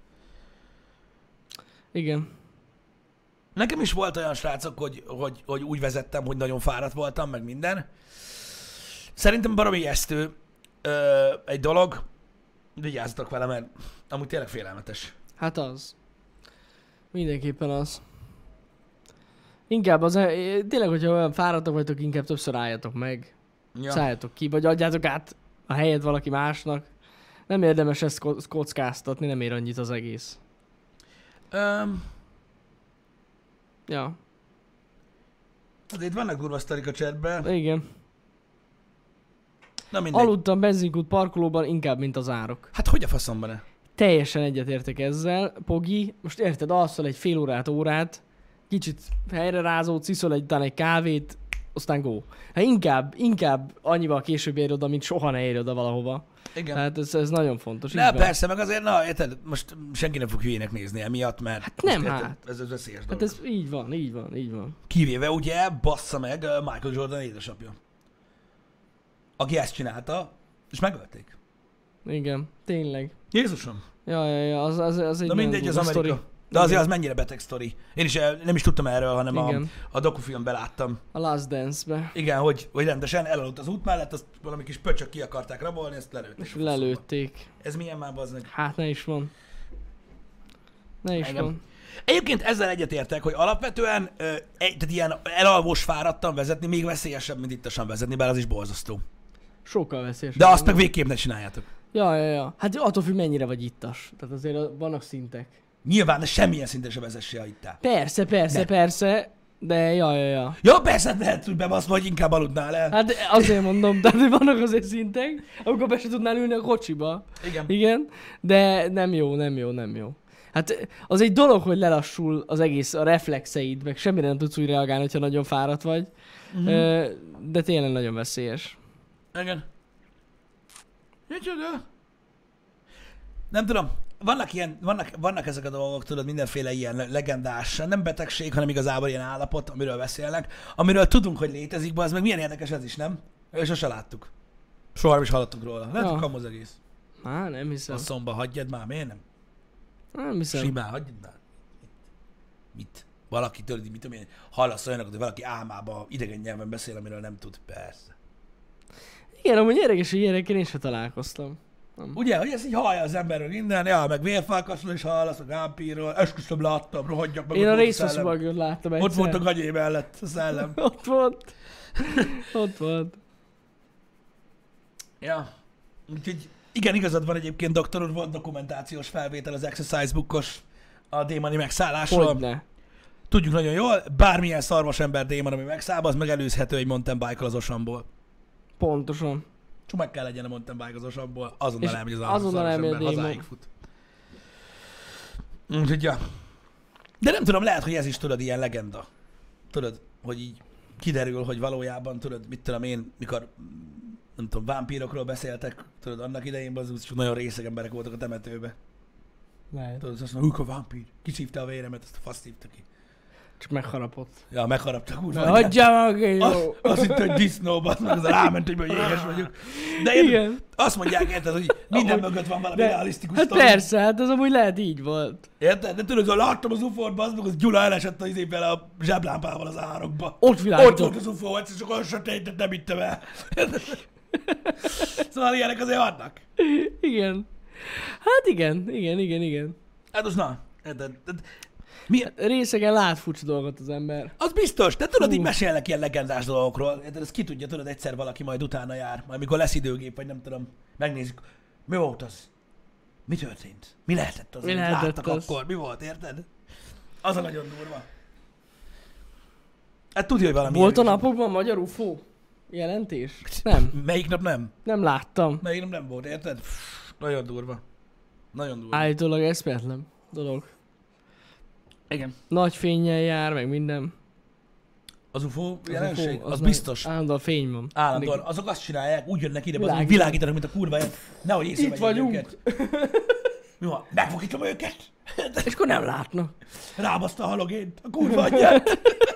B: Igen.
A: Nekem is volt olyan, srácok, hogy úgy vezettem, hogy nagyon fáradt voltam, meg minden. Szerintem baromi ijesztő egy dolog. Vigyázzatok vele, mert amúgy tényleg félelmetes.
B: Hát az. Mindenképpen az. Inkább tényleg, hogyha olyan fáradtak vagytok, inkább többször álljatok meg.
A: Ja.
B: Szálljatok ki, vagy adjátok át a helyet valaki másnak. Nem érdemes ezt kockáztatni, nem ér annyit az egész. Ja,
A: Azért vannak durva sztorik a chatben.
B: igen.
A: Na mindegy.
B: Aludtam benzinkút parkolóban inkább, mint az árok.
A: Hát hogy a faszomban ne?
B: Teljesen egyetértek ezzel, Pogi. Most érted, alszol egy fél órát, kicsit helyre rázódsz, iszol talán egy kávét, aztán go. Hát inkább annyival később érj oda, mint soha ne érj oda valahova.
A: Igen.
B: Tehát ez nagyon fontos.
A: Ne, persze, meg azért, na, érted, most senki nem fog hülyének nézni emiatt, mert
B: Hát nem,
A: most, érted,
B: hát.
A: ez veszélyes dolog.
B: Hát ez így van.
A: Kivéve ugye, bassza meg Michael Jordan édesapja. Aki ezt csinálta, és megölték.
B: Igen, tényleg.
A: Jézusom.
B: Ja, az egy
A: Na mindegy, az
B: durva
A: Amerika.
B: sztori.
A: De azért
B: Igen.
A: az mennyire beteg sztori. Én is nem is tudtam erről, hanem
B: Igen.
A: a dokufilmben láttam.
B: A Last Dance-be.
A: Igen, hogy rendesen elaludt az út mellett, azt valami kis pöcsök ki akarták rabolni, ezt lelőtték.
B: És
A: a faszomba.
B: lelőtték.
A: Ez milyen már bazdmeg?
B: Hát ne is van.
A: Engem.
B: Van.
A: Egyébként ezzel egyetértek, hogy alapvetően tehát ilyen elalvós fáradtan vezetni még veszélyesebb, mint ittasan vezetni, bár az is borzasztó.
B: Sokkal veszélyesebb.
A: De azt meg végképp ne csináljátok.
B: Ja. Hát attól függ, mennyire vagy ittas. Tehát azért vannak szintek.
A: Nyilván, de semmilyen szinten se vezesse, ha ittál.
B: Persze. De ja.
A: Ja, persze, lehet, hogy bebasz, vagy inkább aludnál el.
B: Hát azért mondom, tehát hogy vannak azért szintek, amikor be se tudnál ülni a kocsiba. Igen. De nem jó. Hát az egy dolog, hogy lelassul az egész, a reflexeid, meg semmire nem tudsz úgy reagálni, hogyha nagyon fáradt vagy. De tényleg nagyon veszélyes.
A: Igen. Micsoda? Nem tudom, vannak ezek a dolgok, tudod, mindenféle ilyen legendás, nem betegség, hanem igazából ilyen állapot, amiről beszélnek, amiről tudunk, hogy létezik, az meg milyen érdekes ez is, nem? És sose láttuk. Soha nem is hallottuk róla. Lehet, hogy kamu az egész.
B: Nem hiszem.
A: A szomba hagyjad már, miért nem?
B: Nem hiszem.
A: Simán, hagyjad már. Mit? Valaki, tudod, mit tudom én, hallasz olyanokat, hogy valaki álmába idegen nyelven beszél, amiről nem tud. Persze.
B: Igen, amúgy érdekes, hogy ilyenekkel én sem találkoztam.
A: Ugye, hogy ez így hallja az emberről minden, ja, meg vérfákasról is hallasz, meg ámpírról, esküszöm láttam, rohadjak meg.
B: Én a részfaszubagőt láttam egyszer.
A: Ott volt a gagyé mellett, a szellem.
B: Ott volt.
A: Ja. Úgyhogy igen, igazad van egyébként, doktor úr, volt dokumentációs felvétel az Exercise Bookos a démoni megszállásról.
B: Hogyne.
A: Tudjuk nagyon jól, bármilyen szarvas ember démon, ami megszáll, az megelőzhető egy mountain bike-kal az Osamból.
B: Pontosan.
A: Csak meg kell legyen a mountain bike az Osamból, azonnal elmegy az
B: azonnal
A: szarvas ember, hazáig fut. Úgyhogy ja. De nem tudom, lehet, hogy ez is tudod, ilyen legenda. Tudod, hogy így kiderül, hogy valójában, tudod, mit tudom én, mikor, nem tudom, vámpírokról beszéltek, tudod, annak idején az csak nagyon részeg emberek voltak a temetőbe.
B: Lehet.
A: Tudod, azt mondja, a vámpír, kiszívta a véremet, azt a faszt szívta ki.
B: Csak megharapott.
A: Ja, megharaptak úgy.
B: Hagyjál meg, jó!
A: Azt hitt, hogy disznóban, meg az ráment, hogy jéges vagyok. De én azt mondják, érted, hogy minden mögött van valami realisztikus
B: hát
A: sztori.
B: persze, hát az amúgy lehet így volt.
A: Érted? De tudod, hogy láttam az UFO-t, az meg az Gyula elesett az izével a zseblámpával az árokba.
B: Ott világított.
A: Ott volt az UFO, egyszer csak olyan sötétet nem ittem el. Szóval ilyenek azért vannak.
B: Igen. Hát igen.
A: Hát most na, érted?
B: Hát részegen lát furcsa dolgot az ember.
A: Az biztos, de tudod, így mesélnek ilyen legendás dolgokról. Érted, ezt ki tudja, tudod, egyszer valaki majd utána jár, majd mikor lesz időgép, vagy nem tudom, megnézzük. Mi volt az? Mi történt? Mi lehetett az?
B: Mi lehetett
A: láttak
B: az?
A: akkor? Mi volt, érted? Az a nagyon durva. Hát tudja, hogy valami...
B: Volt a napokban magyar UFO jelentés? Nem.
A: Melyik nap nem?
B: Nem láttam.
A: Melyik nap nem volt, érted? Nagyon durva. Nagyon durva.
B: Állítólag eszméletlen dolog.
A: Igen.
B: Nagy fénnyel jár, meg minden.
A: Az UFO jelenség?
B: UFO,
A: az biztos.
B: Állandóan fény van.
A: Állandóan. Azok azt csinálják, úgy jönnek ide, hogy
B: Világítanak.
A: világítanak, mint a kurva. Nehogy észrevegyék
B: Itt vagyunk.
A: őket. Mi van? Megfogítom őket?
B: És akkor nem látnak.
A: Rábaszta a halogént, a kurva anyját.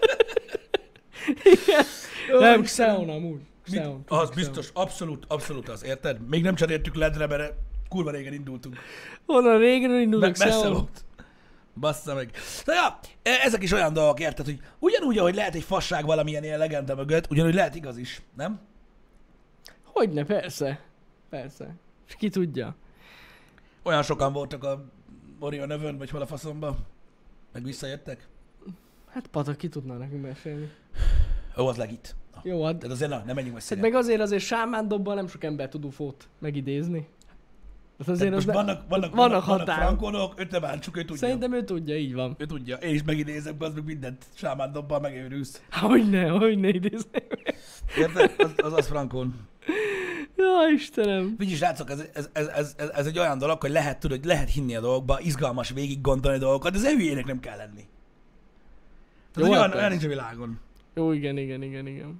B: Igen. Nem, Xeon amúgy. Xeon.
A: Az biztos, abszolút az, érted? Még nem cseréltük ledre, mert kurva régen indultunk.
B: Honnan régen indulunk
A: Messze
B: Xeon?
A: volt. Bassza meg. Na ja, ezek is olyan dolgok, érted, hogy ugyanúgy, ahogy lehet egy fasság valamilyen ilyen legenda mögött, ugyanúgy lehet igaz is, nem?
B: Hogyne, persze. Persze. És ki tudja.
A: Olyan sokan voltak a Orion övön, vagy hol a faszomba, meg visszajöttek.
B: Hát Patak ki tudná nekünk mesélni.
A: Ó, az legit. Na.
B: Jó, hát.
A: Tehát azért nem menjünk messzire.
B: Hát meg azért sámán dobbal nem sok ember tud UFO-t megidézni. Hát azért
A: most vannak frankonok, őt ne bántsuk, ő tudja.
B: Szerintem ő tudja, így van.
A: Ő tudja. Én is megidézek, az meg mindent sámán dobbal megőrülsz.
B: Hogyne idéznek meg.
A: Érted? Az frankon.
B: Ja, Istenem.
A: Vigyis, srácok, ez egy olyan dolog, hogy lehet, tudod, hogy lehet hinni a dolgokba, izgalmas végig gondolni dolgokat, de az hülyének nem kell lenni. Tehát olyan nincs a világon.
B: Jó, igen.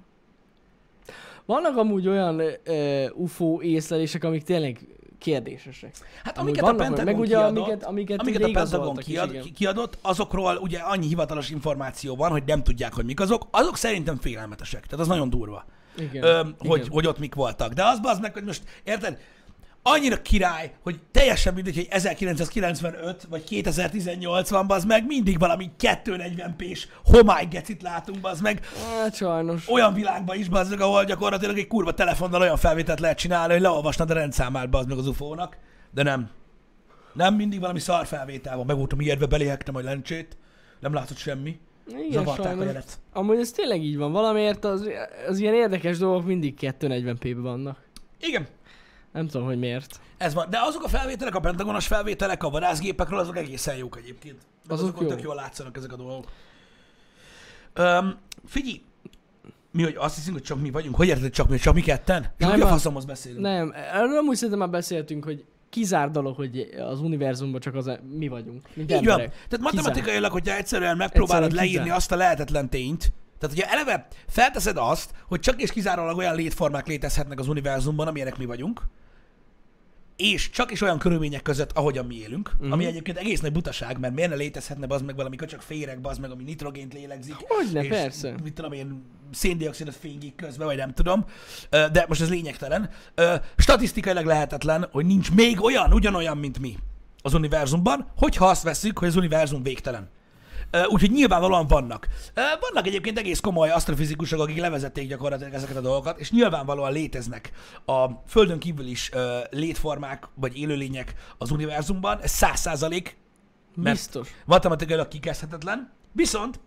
B: Vannak amúgy olyan UFO észlelések, amik tényleg kérdésesek.
A: Hát amiket a Pentagon kiadott,
B: amiket
A: a Pentagon kiadott, azokról ugye annyi hivatalos információ van, hogy nem tudják, hogy mik azok szerintem félelmetesek. Tehát az nagyon durva.
B: Igen.
A: Hogy ott mik voltak. De az bazd meg, hogy most, érted? Annyira király, hogy teljesen mindegy, hogy 1995 vagy 2018 van, bazd meg, mindig valami 240p-s homály gecit látunk, bazd meg.
B: Hát sajnos.
A: Olyan világban is, bazd meg, ahol gyakorlatilag egy kurva telefonnal olyan felvételt lehet csinálni, hogy leolvasnad a rendszámát, bazd meg az UFO-nak. De nem. Nem, mindig valami szar felvétel van. Meg voltam ijedve, beléhektem a lencsét. Nem látszott semmi.
B: Igen,
A: zavarták
B: sajnos.
A: a jelet.
B: Amúgy ez tényleg így van. Valamiért az ilyen érdekes dolgok mindig 240p-ben vannak.
A: Igen.
B: Nem tudom, hogy miért.
A: Ez van. De azok a felvételek, a pentagonos felvételek a vadászgépekről, azok egészen jók egyébként. Azok
B: jó.
A: tök jól látszanak ezek a dolgok. Figyelj, mi, hogy azt hiszünk, hogy csak mi vagyunk? Hogy érted, hogy csak mi ketten? És
B: Nem,
A: hogy a
B: már-
A: faszomhoz beszélünk?
B: Nem, erről amúgy szerintem már beszéltünk, hogy kizár dolog, hogy az univerzumban csak mi vagyunk, mint
A: Így van.
B: emberek.
A: Tehát matematikailag, hogyha egyszerűen megpróbálod
B: Egyszerűen
A: leírni
B: kizár.
A: azt a lehetetlen tényt, tehát hogyha eleve felteszed azt, hogy csak és kizárólag olyan létformák létezhetnek az univerzumban, amilyenek mi vagyunk, és csak is olyan körülmények között, ahogyan mi élünk, ami egyébként egész nagy butaság, mert miért ne létezhetne az meg valami köcsög féreg, az meg, ami nitrogént lélegzik.
B: Hogyne,
A: és
B: persze.
A: mit tudom én, széndioxidot fénylik közben, vagy nem tudom, de most ez lényegtelen. Statisztikailag lehetetlen, hogy nincs még ugyanolyan, mint mi az univerzumban, hogyha azt vesszük, hogy az univerzum végtelen. Úgyhogy nyilvánvalóan vannak. Vannak egyébként egész komoly asztrofizikusok, akik levezették gyakorlatilag ezeket a dolgokat, és nyilvánvalóan léteznek a Földön kívül is létformák, vagy élőlények az univerzumban. Ez 100%, mert
B: Biztos.
A: matematikailag kikezdhetetlen. Viszont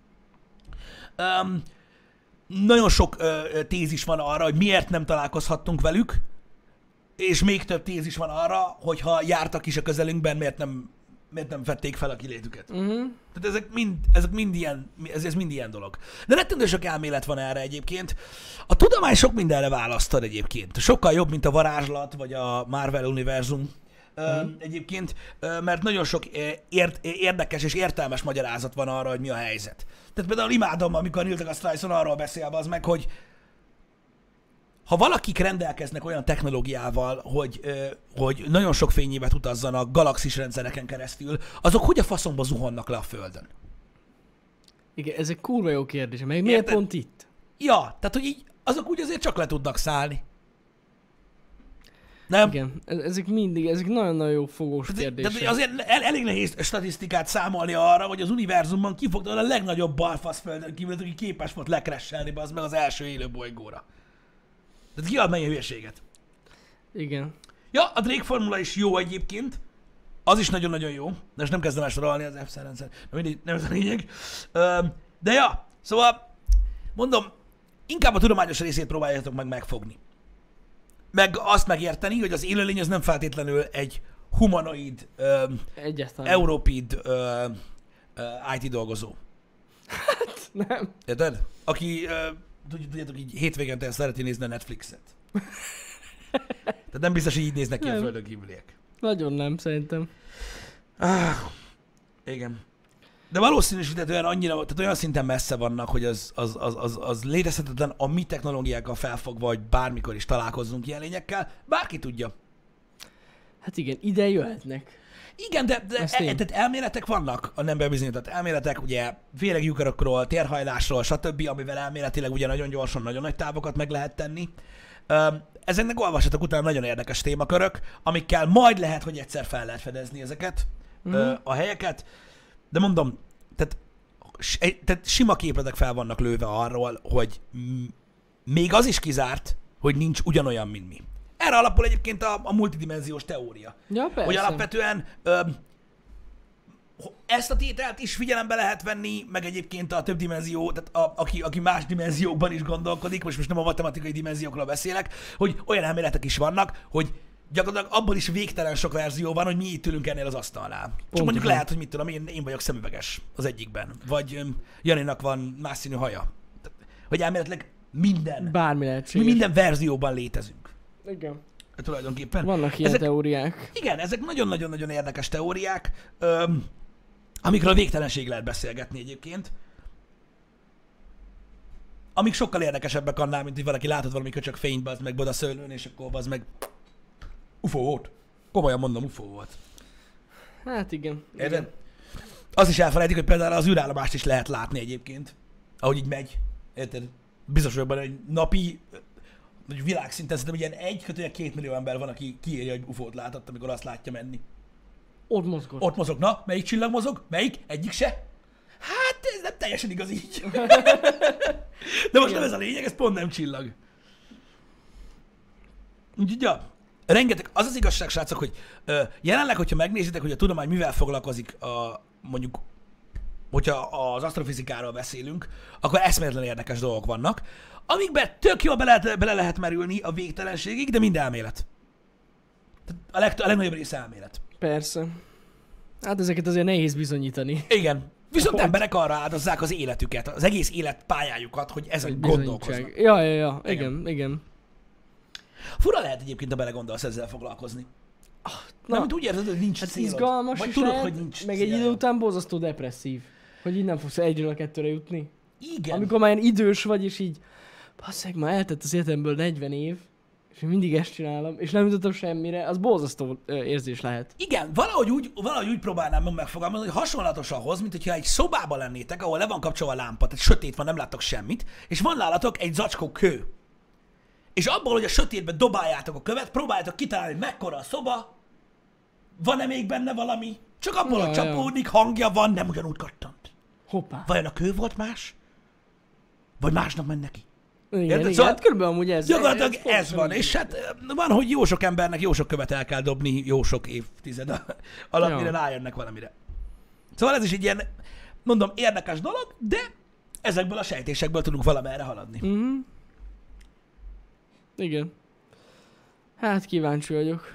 A: nagyon sok tézis van arra, hogy miért nem találkozhattunk velük, és még több tézis van arra, hogy ha jártak is a közelünkben, miért nem vették fel a kilétüket. Tehát ezek mind ilyen, ez mind ilyen dolog. De rettentő sok elmélet van erre egyébként. A tudomány sok mindenre választad egyébként. Sokkal jobb, mint a varázslat, vagy a Marvel univerzum. Egyébként, mert nagyon sok érdekes és értelmes magyarázat van arra, hogy mi a helyzet. Tehát például imádom, amikor Neil deGrasse Tyson arról beszél az meg, hogy ha valakik rendelkeznek olyan technológiával, hogy nagyon sok fényévet utazzanak galaxis rendszereken keresztül, azok hogy a faszomba zuhannak le a Földön?
B: Igen, ez egy kurva jó kérdés. Meg miért
A: Érted?
B: pont itt?
A: Ja, tehát hogy így, azok úgy azért csak le tudnak szállni. Nem?
B: Igen, ezek nagyon-nagyon jó fogós
A: Tehát
B: kérdések.
A: azért elég nehéz statisztikát számolni arra, hogy az univerzumban ki fog a legnagyobb balfasz Földön kívül, aki képes volt lekresselni az meg az első élő bolygóra. Tehát ki ad mennyi hülyeséget?
B: Igen.
A: Ja, a Drake formula is jó egyébként. Az is nagyon-nagyon jó. De most nem kezdem el sorolni az Epstein rendszer. Mindig nem ez a lényeg. De ja, szóval mondom, inkább a tudományos részét próbáljátok meg megfogni. Meg azt megérteni, hogy az élőlény az nem feltétlenül egy humanoid,
B: Egyáltalán.
A: európid IT dolgozó.
B: Nem.
A: Érted? Aki, tudjátok, így hétvégente szereti nézni a Netflixet. Tehát nem biztos, hogy így néznek ki a
B: Nem.
A: földön kívüliek.
B: Nagyon nem, szerintem.
A: Igen. De valószínűsítetően tehát olyan szinten messze vannak, hogy az létezhetetlen a mi technológiákkal felfogva, hogy bármikor is találkozzunk ilyen lényekkel. Bárki tudja.
B: Hát igen, ide jöhetnek.
A: Igen, de
B: Ez tény.
A: tehát elméletek vannak, a nem bebizonyított elméletek, ugye féreglyukarokról, térhajlásról, stb., amivel elméletileg ugye nagyon gyorsan, nagyon nagy távokat meg lehet tenni. Ezeknek olvassatok utána nagyon érdekes témakörök, amikkel majd lehet, hogy egyszer fel lehet fedezni ezeket, a helyeket. De mondom, tehát sima képletek fel vannak lőve arról, hogy még az is kizárt, hogy nincs ugyanolyan, mint mi. Erre alapul egyébként a multidimenziós teória.
B: Ja, persze.
A: Hogy alapvetően ezt a tételt is figyelembe lehet venni, meg egyébként a több dimenzió, tehát aki más dimenziókban is gondolkodik, most nem a matematikai dimenziókról beszélek, hogy olyan elméletek is vannak, hogy gyakorlatilag abból is végtelen sok verzió van, hogy mi itt ülünk ennél az asztalnál. Csak mondjuk lehet, hogy mit tudom, én vagyok szemüveges az egyikben, vagy Janinak van más színű haja. Hogy elméletileg
B: Bármi
A: mi
B: lehetséges.
A: minden verzióban létezünk.
B: Igen.
A: Tulajdonképpen.
B: Vannak ilyen teóriák.
A: Igen, ezek nagyon-nagyon-nagyon érdekes teóriák, amikről végtelenség lehet beszélgetni egyébként. Amik sokkal érdekesebbek annál, mint hogy valaki látott valami köcsög fényt, az meg Boda szőlőn, és akkor az meg UFO volt. Komolyan mondom, UFO volt.
B: Hát igen.
A: Érted? Azt is elfelejtik, hogy például az űrállomást is lehet látni egyébként. Ahogy így megy. Érted? Biztos vagyok benne, hogy napi, hogy világszinten szerintem ilyen 1-2 millió ember van, aki kiírja, hogy UFO-t látott, amikor azt látja menni.
B: Ott mozgott.
A: Ott mozog. Na, melyik csillag mozog? Melyik? Egyik se? Hát ez nem teljesen igaz így. De most nem ez a lényeg, ez pont nem csillag. Úgyhogy ja, rengeteg, az az igazság, srácok, hogy jelenleg, hogyha megnézitek, hogy a tudomány mivel foglalkozik, mondjuk, hogyha az asztrofizikáról beszélünk, akkor eszméletlen érdekes dolgok vannak, amikben tök jól bele lehet merülni a végtelenségig, de mind elmélet. Tehát a legnagyobb része elmélet.
B: Persze. Hát ezeket azért nehéz bizonyítani.
A: Igen. Viszont emberek arra áldozzák az életüket, az egész életpályájukat, hogy ezen gondolkoznak.
B: Ja. Igen.
A: Fura lehet egyébként, ha belegondolsz ezzel foglalkozni. Nem, úgy érzed, hogy nincs
B: hát
A: célod.
B: izgalmas
A: Vagy
B: is
A: tudod,
B: lehet,
A: hogy nincs
B: meg egy
A: célja.
B: idő után borzasztó depresszív. Hogy így nem fogsz egyről a kettőre jutni.
A: Igen.
B: Amikor már ilyen idős vagy, és így basszeg, már eltett az életemből 40 év, és én mindig ezt csinálom, és nem jutottam semmire, az borzasztó érzés lehet.
A: Igen, valahogy úgy próbálnám meg megfogalmazni, hogy hasonlatos ahhoz, mint hogyha egy szobában lennétek, ahol le van kapcsolva a lámpa, tehát sötét van, nem láttok semmit, és van nálatok egy zacskó kő. És abból, hogy a sötétben dobáljátok a követ, próbáljátok kitalálni, hogy mekkora a szoba, van-e még benne valami, csak abból, hogy csapódik, hangja van, nem ugyanúgy kattant.
B: Hoppá.
A: Vajon a kő volt más? Vagy másnak ment neki?
B: Igen,
A: Szóval
B: hát körülbelül amúgy ez.
A: Gyakorlatilag ez van, és hát van, hogy jó sok embernek jó sok követ el kell dobni, jó sok évtized alatt, mire rájönnek valamire. Szóval ez is egy ilyen, mondom, érdekes dolog, de ezekből a sejtésekből tudunk valamerre haladni.
B: Mhm. Igen. Hát kíváncsi vagyok.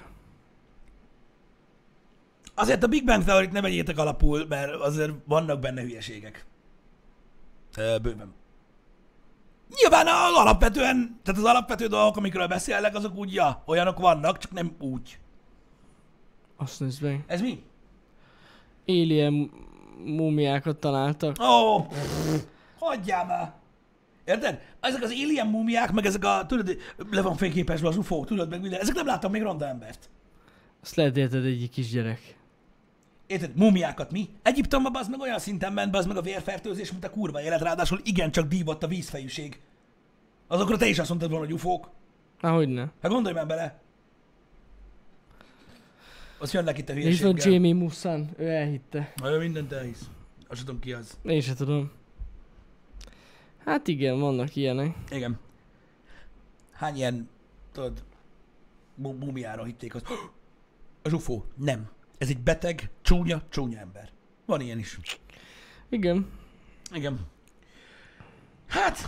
A: Azért a Big Bang Theory-t ne vegyétek alapul, mert azért vannak benne hülyeségek. Bőven. Nyilván az alapvető dolgok, amikről beszélnek, azok úgy, olyanok vannak, csak nem úgy.
B: Azt nézd meg.
A: Ez mi?
B: Alien múmiákat találtak.
A: Ó, hagyjál már! Érted? Ezek az alien múmiák, meg ezek a, tudod, le van fényképezve az UFO, tudod, meg minden. Ezek nem láttam még ronda embert.
B: Azt lehet érted egy kisgyerek.
A: Érted? Múmiákat mi? Egyiptomban az meg olyan szinten ment, az meg a vérfertőzés, mint a kurva élet, ráadásul igencsak dívott a vízfejűség. Azokra te is azt mondtad volna, hogy UFO-k.
B: Hogyne.
A: Hát gondolj már bele. Azt jönnek itt a
B: És
A: hülyeséggel.
B: van Jamie Mussan, ő elhitte.
A: Ő mindent elhisz. Azt tudom ki az.
B: Én se tudom. Hát igen, vannak ilyenek.
A: Igen. Hány ilyen, tudod, múmiára hitték az UFO. Nem. Ez egy beteg, csúnya ember. Van ilyen is.
B: Igen.
A: Igen. Hát...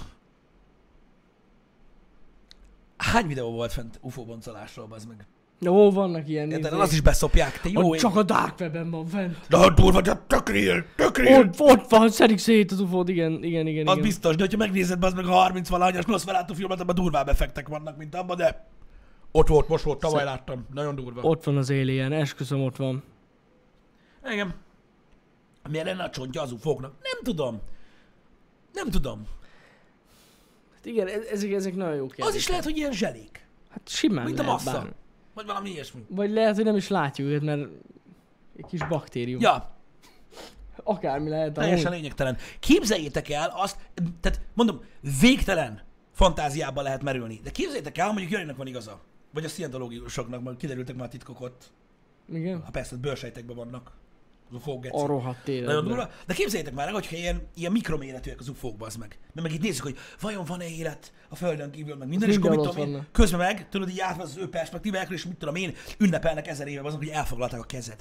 A: Hány videó volt fent UFO boncolásról, bazd meg?
B: Ó, vannak ilyen.
A: Érted? Azt is beszopják, te jó ég.
B: Csak a Dark Webben van fent.
A: De hát durva, de tök real.
B: Ott van, szedik szét az UFO-t, igen.
A: Az biztos, de hogyha megnézed bazd meg a 30 valahanyas Nosferatu filmet, abban durvább effektek vannak, mint abban, de... Ott volt, most volt, tavaly láttam. Nagyon durva.
B: Ott van az Alien, esküszöm, ott van.
A: Igen. Milyen lenne a csontja az UFO-knak? Nem tudom.
B: Hát igen, ezek nagyon jó kérdések.
A: Az is lehet, hogy ilyen zselék.
B: Hát simán
A: Mint a
B: lehet
A: massza.
B: bármi.
A: Vagy valami ilyesmi.
B: Vagy lehet, hogy nem is látjuk őket, mert egy kis baktérium.
A: Ja,
B: Akármi lehet.
A: teljesen lényegtelen. Képzeljétek el azt, tehát mondom, végtelen fantáziában lehet merülni. De képzeljétek el, mondjuk Janinak van igaza. Vagy a szientológusoknak, majd kiderültek már titkok ott.
B: Igen.
A: Ha persze, bőrsejtekben vannak. Az UFO-k, geci.
B: A rohadt
A: Nagyon
B: életben.
A: durva. De képzeljétek már, hogyha ilyen mikroméretűek az UFO-k, bazd meg. Mert meg itt nézzük, hogy vajon van-e élet a Földön kívül, meg minden, és akkor mit
B: Mindenhol
A: tudom én,
B: vannak.
A: közben meg, tudod, így átvesz az ő perspektívákról, és mit tudom én, ünnepelnek 1000 éve azok, hogy elfoglalták a kezed.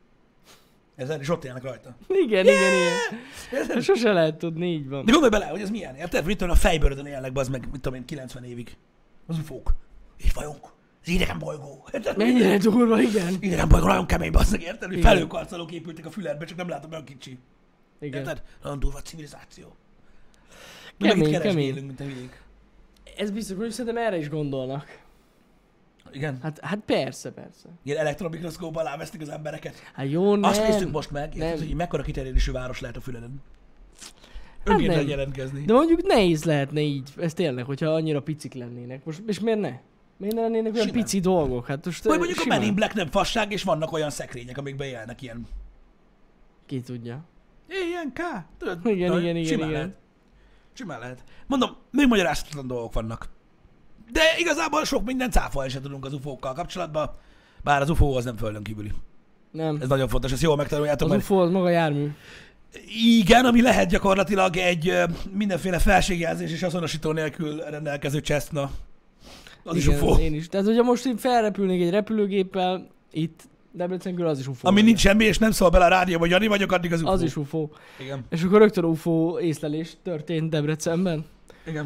A: Ezen, és ott élnek rajta.
B: Igen.
A: Érted?
B: Sose lehet tudni, így van.
A: De gondolj bele, hogy ez milyen, érted? Mit tudom, a fejbőrödön élnek, bazd meg, mit tudom én, 90 évig. Az UFO-k. Itt vagyunk. Az idegen bolygó. Érted?
B: Mennyire durva, igen.
A: Idegen bolygó nagyon kemény, bazd meg, érted? Hogy
B: Igen.
A: felőkarcolók épültek a füledbe, csak nem látom, olyan kicsi.
B: Igen.
A: Érted? Nagyon durva a civilizáció. Mi meg itt
B: Kemény.
A: keresgélünk, mint a hülyék.
B: Ez biztos, hogy szerintem erre is gondolnak.
A: Igen.
B: Hát persze.
A: Ilyen elektronmikroszkóp alá vesztik az embereket.
B: Hát jó, nem.
A: Azt néztük most meg, érted,
B: Nem.
A: hogy mekkora kiterjedésű város lehet a Füleden.
B: Hát
A: Önkénten
B: nem.
A: jelentkezni.
B: De mondjuk nehéz lehetne így, ez tényleg, hogyha annyira picik lennének. Most, és miért ne? Miért ne lennének olyan
A: Simán.
B: pici dolgok? Hát most
A: Vagy mondjuk
B: simán.
A: a Men in Black nem fasság, és vannak olyan szekrények, amikben élnek ilyen.
B: Ki tudja.
A: Ilyen K. Tudod?
B: Igen.
A: Simán lehet. Simán lehet. Mondom, még magyarázhatatlan dolgok vannak. De igazából sok minden cáfolni sem tudunk az UFO-kkal kapcsolatban, bár az UFO az nem földön kívüli.
B: Nem.
A: Ez nagyon fontos, ezt jól megtanuljátok.
B: Az
A: Mert
B: UFO az maga jármű.
A: igen, ami lehet gyakorlatilag egy mindenféle felségjelzés és azonosító nélkül rendelkező Cessna. Az is UFO.
B: Én is. Tehát, hogyha most én felrepülnék egy repülőgéppel, itt Debrecen körül, az is UFO.
A: Ami nincs semmi, és nem szól bele a rádió, vagy Jani vagyok, addig az UFO.
B: Az is UFO.
A: Igen.
B: És akkor rögtön UFO észlelés történt Debrecenben.
A: Igen.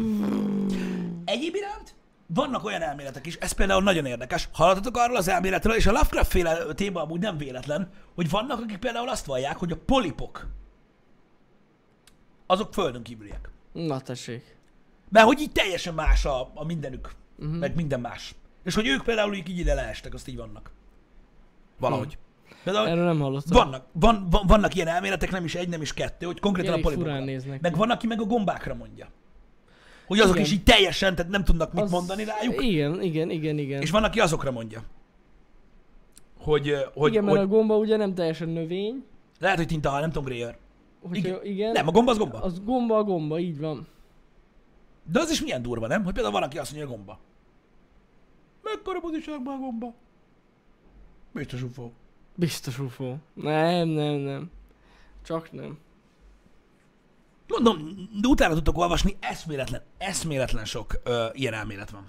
A: Egyéb iránt vannak olyan elméletek is, ez például nagyon érdekes. Hallottatok arról az elméletről, és a Lovecraft féle téma amúgy nem véletlen, hogy vannak, akik például azt vallják, hogy a polipok azok földön kívüliek.
B: Na tessék.
A: Mert hogy így teljesen más a mindenük, meg minden más. És hogy ők például így ide leestek, azt így vannak. Valahogy. Például
B: Erről nem hallottam.
A: vannak ilyen elméletek, nem is egy, nem is kettő, hogy konkrétan
B: Elég
A: a
B: furán
A: polipokra.
B: néznek
A: Meg
B: ki.
A: van, aki meg a gombákra mondja. Hogy azok
B: Igen.
A: is így teljesen, tehát nem tudnak mit mondani rájuk.
B: Igen.
A: És van, aki azokra mondja. Hogy
B: Igen, mert a gomba ugye nem teljesen növény.
A: lehet, hogy tintahal, nem tudom, Greyer.
B: Igen.
A: Nem, a gomba az gomba.
B: Az gomba, így van.
A: De az is milyen durva, nem? Hogy például van, aki azt mondja, hogy gomba. Mekkora buziságban a gomba? Biztos UFO.
B: Biztos UFO. Nem. Csak nem.
A: Mondom, de utána tudtok olvasni, eszméletlen sok ilyen elmélet van.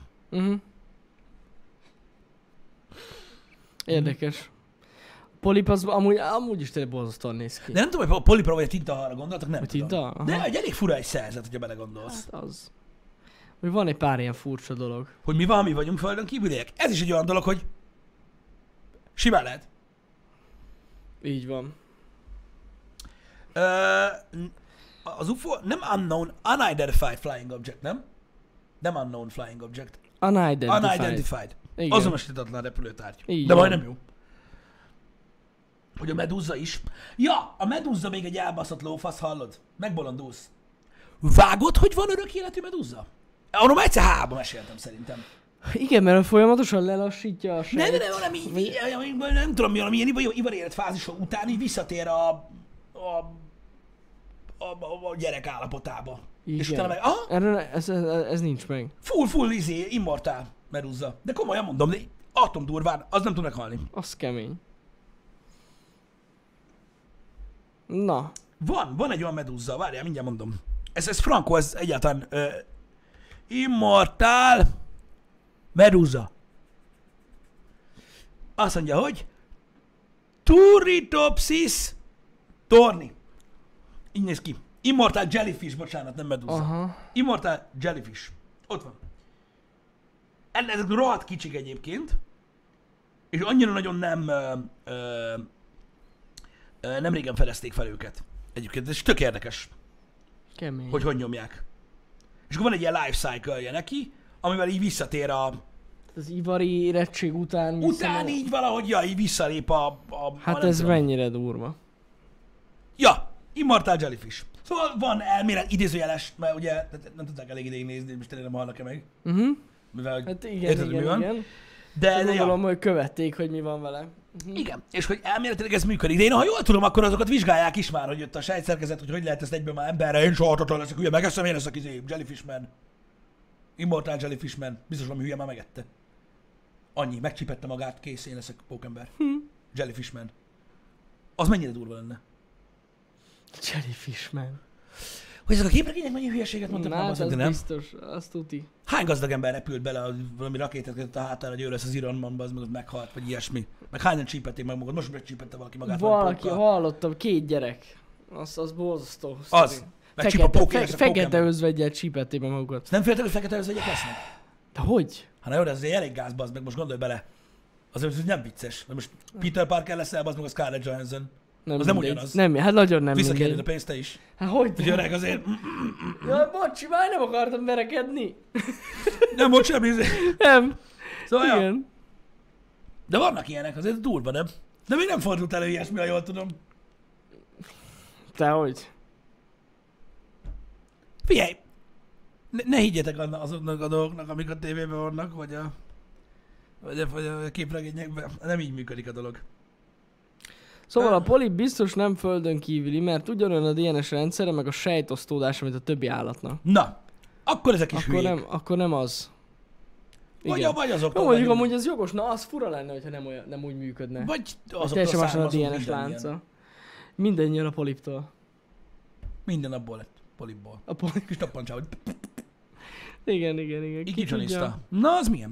B: Érdekes. A polip az amúgy is tényleg borzasztóan néz ki.
A: De nem tudom, hogy a polipra vagy a tintahalra gondoltak, nem
B: A
A: tudom.
B: tinta? Aha.
A: De egy elég fura egy szerzet, hogyha belegondolsz.
B: Hát az. Hogy van egy pár ilyen furcsa dolog.
A: Hogy mi vagyunk földön kívüliek. Ez is egy olyan dolog, hogy simán lehet.
B: Így van.
A: Az UFO nem unknown, unidentified flying object, nem? Nem unknown flying object. Unidentified.
B: Igen.
A: Azonosítatlan repülőtárgy.
B: Így
A: De
B: van.
A: majdnem jó. Hogy a medúza is. Ja, a medúza még egy elbaszott lófasz, hallod? Megbolondulsz. Vágod, hogy van örök életű medúza? Arról már egyszer hába meséltem szerintem.
B: Igen, mert folyamatosan lelassítja a sejt.
A: Nem, hanem így, nem tudom mi, valami ilyen ivarélet fázisa után így visszatér a gyerek állapotába.
B: Igen.
A: És utána meg,
B: Erről ez nincs meg.
A: full immortál medúza. De komolyan mondom, de atom durván, az nem tud meghalni.
B: Az kemény. Na.
A: Van egy olyan medúza, várjál, mindjárt mondom. Ez Franco, ez egyáltalán immortál medúza. Azt mondja, hogy Turritopsis torni. Így néz ki. Immortál jellyfish, bocsánat, nem medúza.
B: Aha.
A: Immortál jellyfish. Ott van. Ezek rohadt kicsik egyébként, és annyira nagyon nem régen fedezték fel őket. Egyébként, ez tök érdekes,
B: Kemény.
A: hogy nyomják. És akkor van egy ilyen life cycle-je neki, amivel így visszatér
B: Az ivari érettség után
A: után így valahogy, így visszalép
B: Hát
A: nem
B: ez
A: tudom.
B: mennyire durva.
A: Ja, Immortal Jellyfish. Szóval van elmélet, idézőjeles, mert ugye nem tudták elég ideig nézni, most tényleg nem hallnak-e meg. Mivel, hogy
B: Hát
A: érted, mi van.
B: igen.
A: De
B: Gondolom,
A: ja.
B: hogy követték, hogy mi van vele.
A: Igen, és hogy elméletileg ez működik. De én, ha jól tudom, akkor azokat vizsgálják is már, hogy jött a sejtszerkezet, hogy lehet ezt egyből már emberre. Én soha hatatlan leszek, hülye, megeszem, én leszek Jellyfishman. Immortal Jellyfishman. Biztos valami hülye már megette. Annyi, megcsipette magát, kész, én leszek pókember. Jellyfishman. Az mennyire durva lenne?
B: Jellyfishman.
A: Hogy ezek a képregények mennyi hülyeséget mondtak már,
B: Hát
A: bazzak,
B: az
A: de nem?
B: biztos, azt tuti.
A: Hány gazdag ember repült bele, valami rakétát kötött a hátára, hogy ő lesz az Iron Man, az meg ott meghalt, vagy ilyesmi. Meg hányan csípették meg magad, most megcsípette valaki magát.
B: Valaki, hallottam, 2 gyerek. Az borzasztó.
A: Az. Megcsíp a Pokémon.
B: Fekete özvegyel csípették be magukat.
A: Ezt nem féltek, hogy fekete özvegyek lesznek?
B: De hogy?
A: Hát na jó, de ez elég gáz, bazd meg, most gondolj bele. Az nem vicces. De most Peter Parker leszel, bazd meg a Scarlett Johansson. Az nem ugyanaz.
B: Nem, hát nagyon nem
A: Visszakérjed a
B: mindegy.
A: pénzt te is.
B: Hát hogy?
A: Hogy öreg azért.
B: Jaj, bocsi, már nem akartam verekedni.
A: Nem volt semmi.
B: Nem.
A: Szóval, ja.
B: Igen.
A: De vannak ilyenek, azért durva, nem? De még nem fordult elő ilyesmi, ha jól tudom.
B: Te hogy?
A: Figyelj! Ne higgyetek azoknak a dolgoknak, amik a tévében vannak, vagy a képregényekben. Nem így működik a dolog.
B: Szóval a polip biztos nem földön kívüli, mert ugyanolyan a DNS rendszere, meg a sejtosztódása, mint a többi állatnak.
A: Na, akkor ezek is hülyék.
B: Akkor nem az.
A: Vagy azok.
B: Jó, mondjuk amúgy ez jogos, na az fura lenne, hogyha nem úgy működne.
A: Vagy azok
B: teljesen más a
A: származó
B: DNS
A: minden
B: lánca.
A: ilyen.
B: Minden jön a poliptól.
A: Minden abból lett, polipból.
B: A polip.
A: Kis tappancsával.
B: Igen.
A: Így
B: Ki tudja.
A: kicsoniszt. Na, az milyen?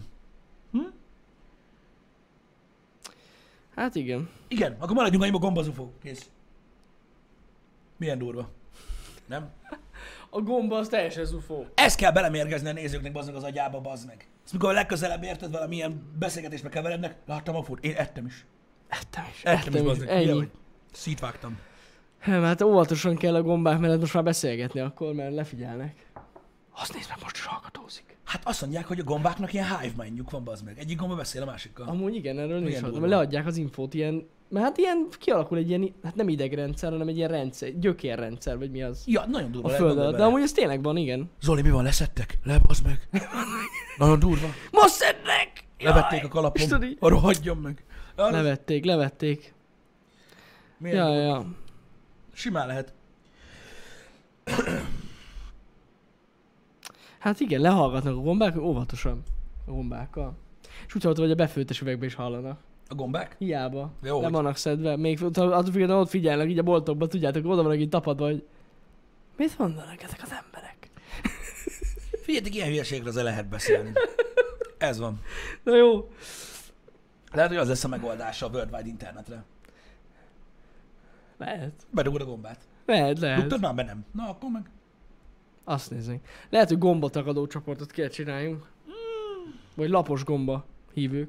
B: Hát igen.
A: Igen, akkor maradjunk annyiba gombazufó. Kész. Milyen durva. Nem?
B: A gomba az teljesen zufó.
A: Ezt kell belemérgezni a nézőknek, bazd meg az agyába, bazd meg. Ezt mikor a legközelebb érted valamilyen beszélgetésbe keverednek, láttam a fut. Én ettem is.
B: Ettem is,
A: Ettem is, bazd meg. Ugye,
B: ennyi.
A: hogy szítvágtam.
B: Hát óvatosan kell a gombák mellett most már beszélgetni akkor, mert lefigyelnek. Azt nézd meg, most is hallgatózik.
A: Hát azt mondják, hogy a gombáknak ilyen hive mindjuk van, bazd meg. Egyik gomba beszél a másikkal.
B: Amúgy igen, erről nincs
A: Milyen
B: hallottam.
A: durva.
B: Leadják az infót ilyen, mert hát ilyen kialakul egy ilyen, hát nem idegrendszer, hanem egy ilyen rendszer, gyökérrendszer, vagy mi az.
A: Ja, nagyon durva.
B: A
A: lehet
B: föld
A: gondolni
B: alatt. De
A: bele.
B: amúgy ez tényleg van, igen.
A: Zoli, mi van, leszettek? Le, bazd meg. Nagyon durva.
B: Most szednek!
A: Levették a kalapom.
B: Isteni.
A: Arra hagyjam meg. Arra...
B: Levették.
A: Milyen
B: Ja,
A: durva.
B: ja.
A: Simán lehet.
B: Hát igen, lehallgatnak a gombák, óvatosan a gombákkal. És úgy hallottam, hogy a befőttes üvegbe is hallanak.
A: A gombák?
B: Hiába.
A: Jó,
B: Nem
A: hogy-
B: vannak szedve. Még attól függően ott figyelnek, így a boltokban, tudjátok, oda vannak így tapadva, hogy mit mondanak ezek az emberek?
A: Figyeljetek, ilyen hülyeségre azért lehet beszélni. Ez van.
B: Na jó.
A: Lehet, hogy az lesz a megoldása a Worldwide internetre.
B: Lehet.
A: Bedugod a gombát.
B: Lehet.
A: Dugtad már be nem? Na, akkor meg.
B: Azt nézzük. Lehet, hogy gombatakadó csoportot kell csináljunk. Vagy lapos gomba hívők.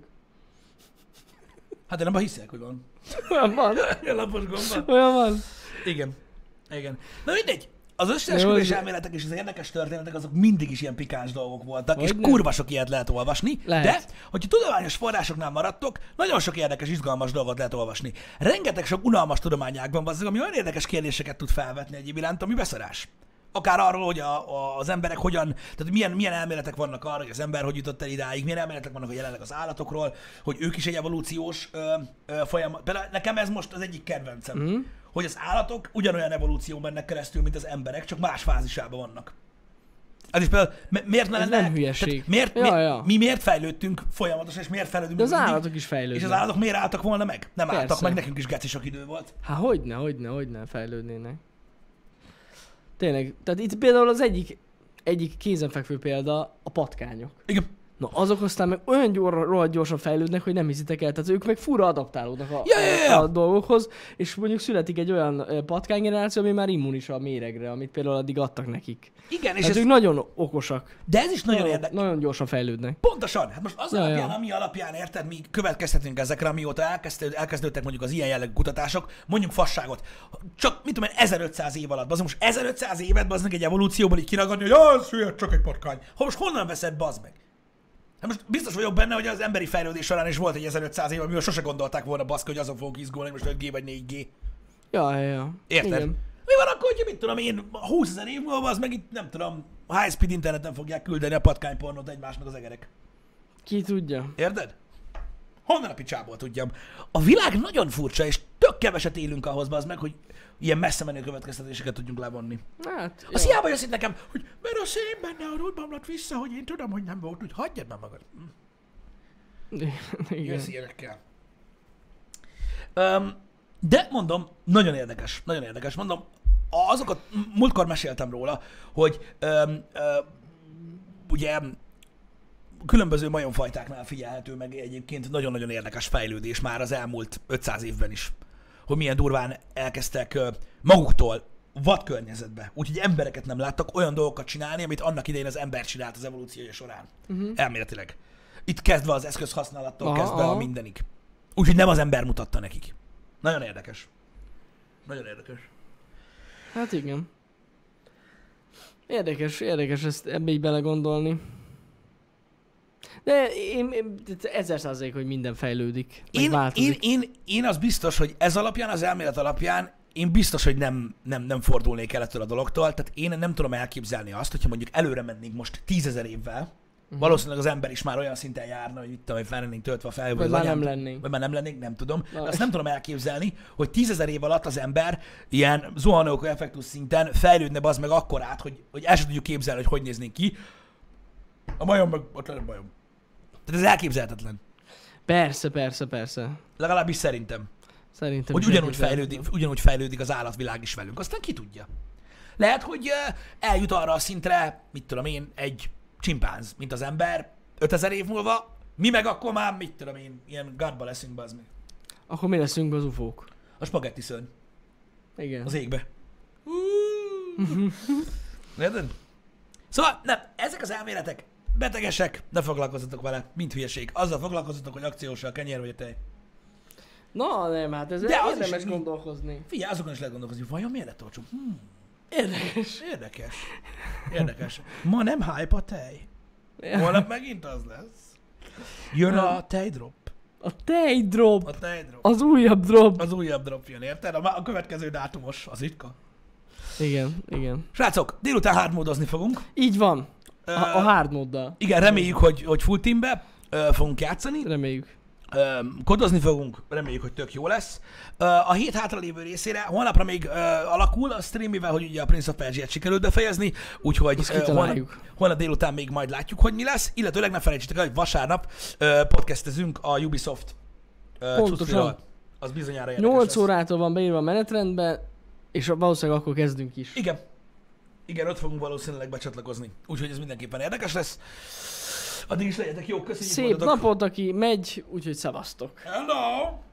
A: Hát én abban hiszek, hogy van.
B: Olyan van.
A: Ilyen lapos gomba.
B: Olyan van.
A: Igen. Igen. Na mindegy. Az összeesküvés
B: Jó,
A: elméletek és az érdekes történetek azok mindig is ilyen pikáns dolgok voltak, és
B: Hogyne.
A: kurva sok ilyet lehet olvasni,
B: Lehet.
A: de hogyha tudományos forrásoknál maradtok, nagyon sok érdekes, izgalmas dolgot lehet olvasni. Rengeteg sok unalmas tudományágban van, ami olyan érdekes kérdéseket tud felvetni egy iránt, ami beszarás. Akár arról, hogy az emberek hogyan, tehát milyen elméletek vannak arra, hogy az ember hogy jutott el idáig, milyen elméletek vannak a jelenleg az állatokról, hogy ők is egy evolúciós folyamat. Például nekem ez most az egyik kedvencem, hogy az állatok ugyanolyan evolúción mennek keresztül, mint az emberek, csak más fázisában vannak. Ez is például, miért ne
B: Ez
A: lenne?
B: nem hülyeség.
A: Tehát miért,
B: Ja.
A: Mi miért fejlődtünk folyamatosan, és miért fejlődünk
B: De az
A: mindig?
B: állatok is fejlődnek.
A: És az állatok miért álltak volna meg? Nem álltak
B: Persze.
A: meg, nekünk is geci sok idő volt.
B: Hát hogyne fejlődnének. Tényleg, tehát itt például az egyik kézenfekvő példa a patkányok.
A: Igen.
B: Na azok aztán meg olyan rohadt gyorsan fejlődnek, hogy nem hiszitek el. Tehát ők meg fura adaptálódnak
A: Ja.
B: a dolgokhoz, és mondjuk születik egy olyan patkánygeneráció, ami már immunis a méregre, amit például addig adtak nekik.
A: Igen, és
B: Tehát
A: ez,
B: ők nagyon okosak.
A: de ez is nagyon érdekes.
B: Nagyon gyorsan fejlődnek.
A: Pontosan, hát most az
B: Ja,
A: alapján,
B: ja.
A: ami alapján érted, mi következtetünk ezekre, amióta elkezdődtek mondjuk az ilyen jellegű kutatások, mondjuk fasságot. Csak, mit tudom én, 1500 év alatt, bazd meg, most 1500 évet bazd meg egy evolúcióból így kiragadni, hogy az hülye, csak egy patkány. Ha most honnan veszed, bazd meg? Hát most biztos vagyok benne, hogy az emberi fejlődés során is volt egy 1500 év, amivel sose gondolták volna baszki, hogy azon fogok izgulni, most 5G vagy 4G.
B: Ja.
A: Érted?
B: Igen.
A: Mi van akkor, hogyha mit tudom én, 20 000 év múlva, az meg itt nem tudom, high-speed interneten fogják küldeni a patkánypornót egymásnak az egerek.
B: Ki tudja.
A: Érted? Honnan a picsából tudjam? A világ nagyon furcsa, és tök keveset élünk ahhoz, az meg, hogy ilyen messze menő következtetéseket tudjunk levonni.
B: Hát,
A: Az
B: jó.
A: hiába jössz itt nekem, hogy mert a szén benne a rúdban omlott vissza, hogy én tudom, hogy nem volt, úgy hagyjad már magad.
B: Igen.
A: Jössz ilyenekkel. De mondom, nagyon érdekes. Mondom, azokat múltkor meséltem róla, hogy ugye különböző majomfajtáknál figyelhető meg egyébként nagyon-nagyon érdekes fejlődés már az elmúlt 500 évben is. Hogy milyen durván elkezdtek maguktól vadkörnyezetbe, úgyhogy embereket nem láttak olyan dolgokat csinálni, amit annak idején az ember csinált az evolúciója során. Elméletileg. Itt kezdve az eszközhasználattól kezdve a mindenig. Úgyhogy nem az ember mutatta nekik. Nagyon érdekes. Nagyon érdekes.
B: Hát igen. Érdekes ezt ebbe így belegondolni. De én 1000%, hogy minden fejlődik. Meg változik.
A: Én az biztos, hogy ez alapján, az elmélet alapján én biztos, hogy nem fordulnék el ettől a dologtól. Tehát én nem tudom elképzelni azt, hogyha mondjuk előre mennénk most 10 000 évvel, valószínűleg az ember is már olyan szinten járna, hogy mit tudom, hogy fel lennénk töltve a fejbe.
B: Vagy már nem lennénk.
A: Vagy már nem lennénk, nem tudom.
B: Na.
A: De azt nem tudom elképzelni, hogy 10 000 év alatt az ember ilyen zuhanókó effektus szinten fejlődne az meg akkorát, hogy el sem tudjuk képzelni, hogy néznénk ki. A majom meg ott lenne majom. Tehát ez elképzelhetetlen.
B: Persze.
A: Legalábbis szerintem.
B: Szerintem
A: Hogy
B: is
A: ugyanúgy fejlődik az állatvilág is velünk. Aztán ki tudja. Lehet, hogy eljut arra a szintre, mit tudom én, egy csimpánz, mint az ember 5000 év múlva, mi meg akkor már, mit tudom én, ilyen gadba leszünk, bazd meg.
B: Akkor mi leszünk az ufók?
A: A spagetti szörny.
B: Igen.
A: Az égbe. Érted? Szóval, nem, ezek az elméletek betegesek, ne foglalkozzatok vele, mint hülyeség. Azzal foglalkozzatok, hogy akciósal a kenyér vagy a tej.
B: Na nem, hát ez
A: De az is
B: érdemes
A: így-
B: gondolkozni.
A: Figyelj, azokon is lehet gondolkozni, vajon miért lett olcsó?
B: Érdekes.
A: Érdekes. Érdekes. Ma nem hype a tej. Holnap megint az lesz. Jön a tejdrop.
B: A tejdrop.
A: A tejdrop.
B: Az újabb drop.
A: Az újabb drop jön, érted? A következő dátumos, az ritka.
B: Igen, igen.
A: Srácok, délután hardmódozni fogunk.
B: Így van. A
A: Ö,
B: hard moddal.
A: Igen, reméljük, hogy full teambe fogunk játszani.
B: Reméljük.
A: Kodozni fogunk, reméljük, hogy tök jó lesz. A hét hátralévő részére holnapra még alakul a stream, mivel hogy ugye a Prince of Persia-t sikerült befejezni, úgyhogy
B: Azt kitaláljuk.
A: holnap délután még majd látjuk, hogy mi lesz, illetőleg ne felejtsétek el, hogy vasárnap podcastezünk a Ubisoft
B: Pontosan.
A: cuccról. Az bizonyára érdekes
B: 8
A: lesz.
B: órától van beírva a menetrendbe, és valószínűleg akkor kezdünk is.
A: Igen. Igen, ott fogunk valószínűleg becsatlakozni. Úgyhogy ez mindenképpen érdekes lesz. Addig is legyetek jók, köszönjük.
B: Szép napot, aki megy, úgyhogy szevasztok.
A: Hello!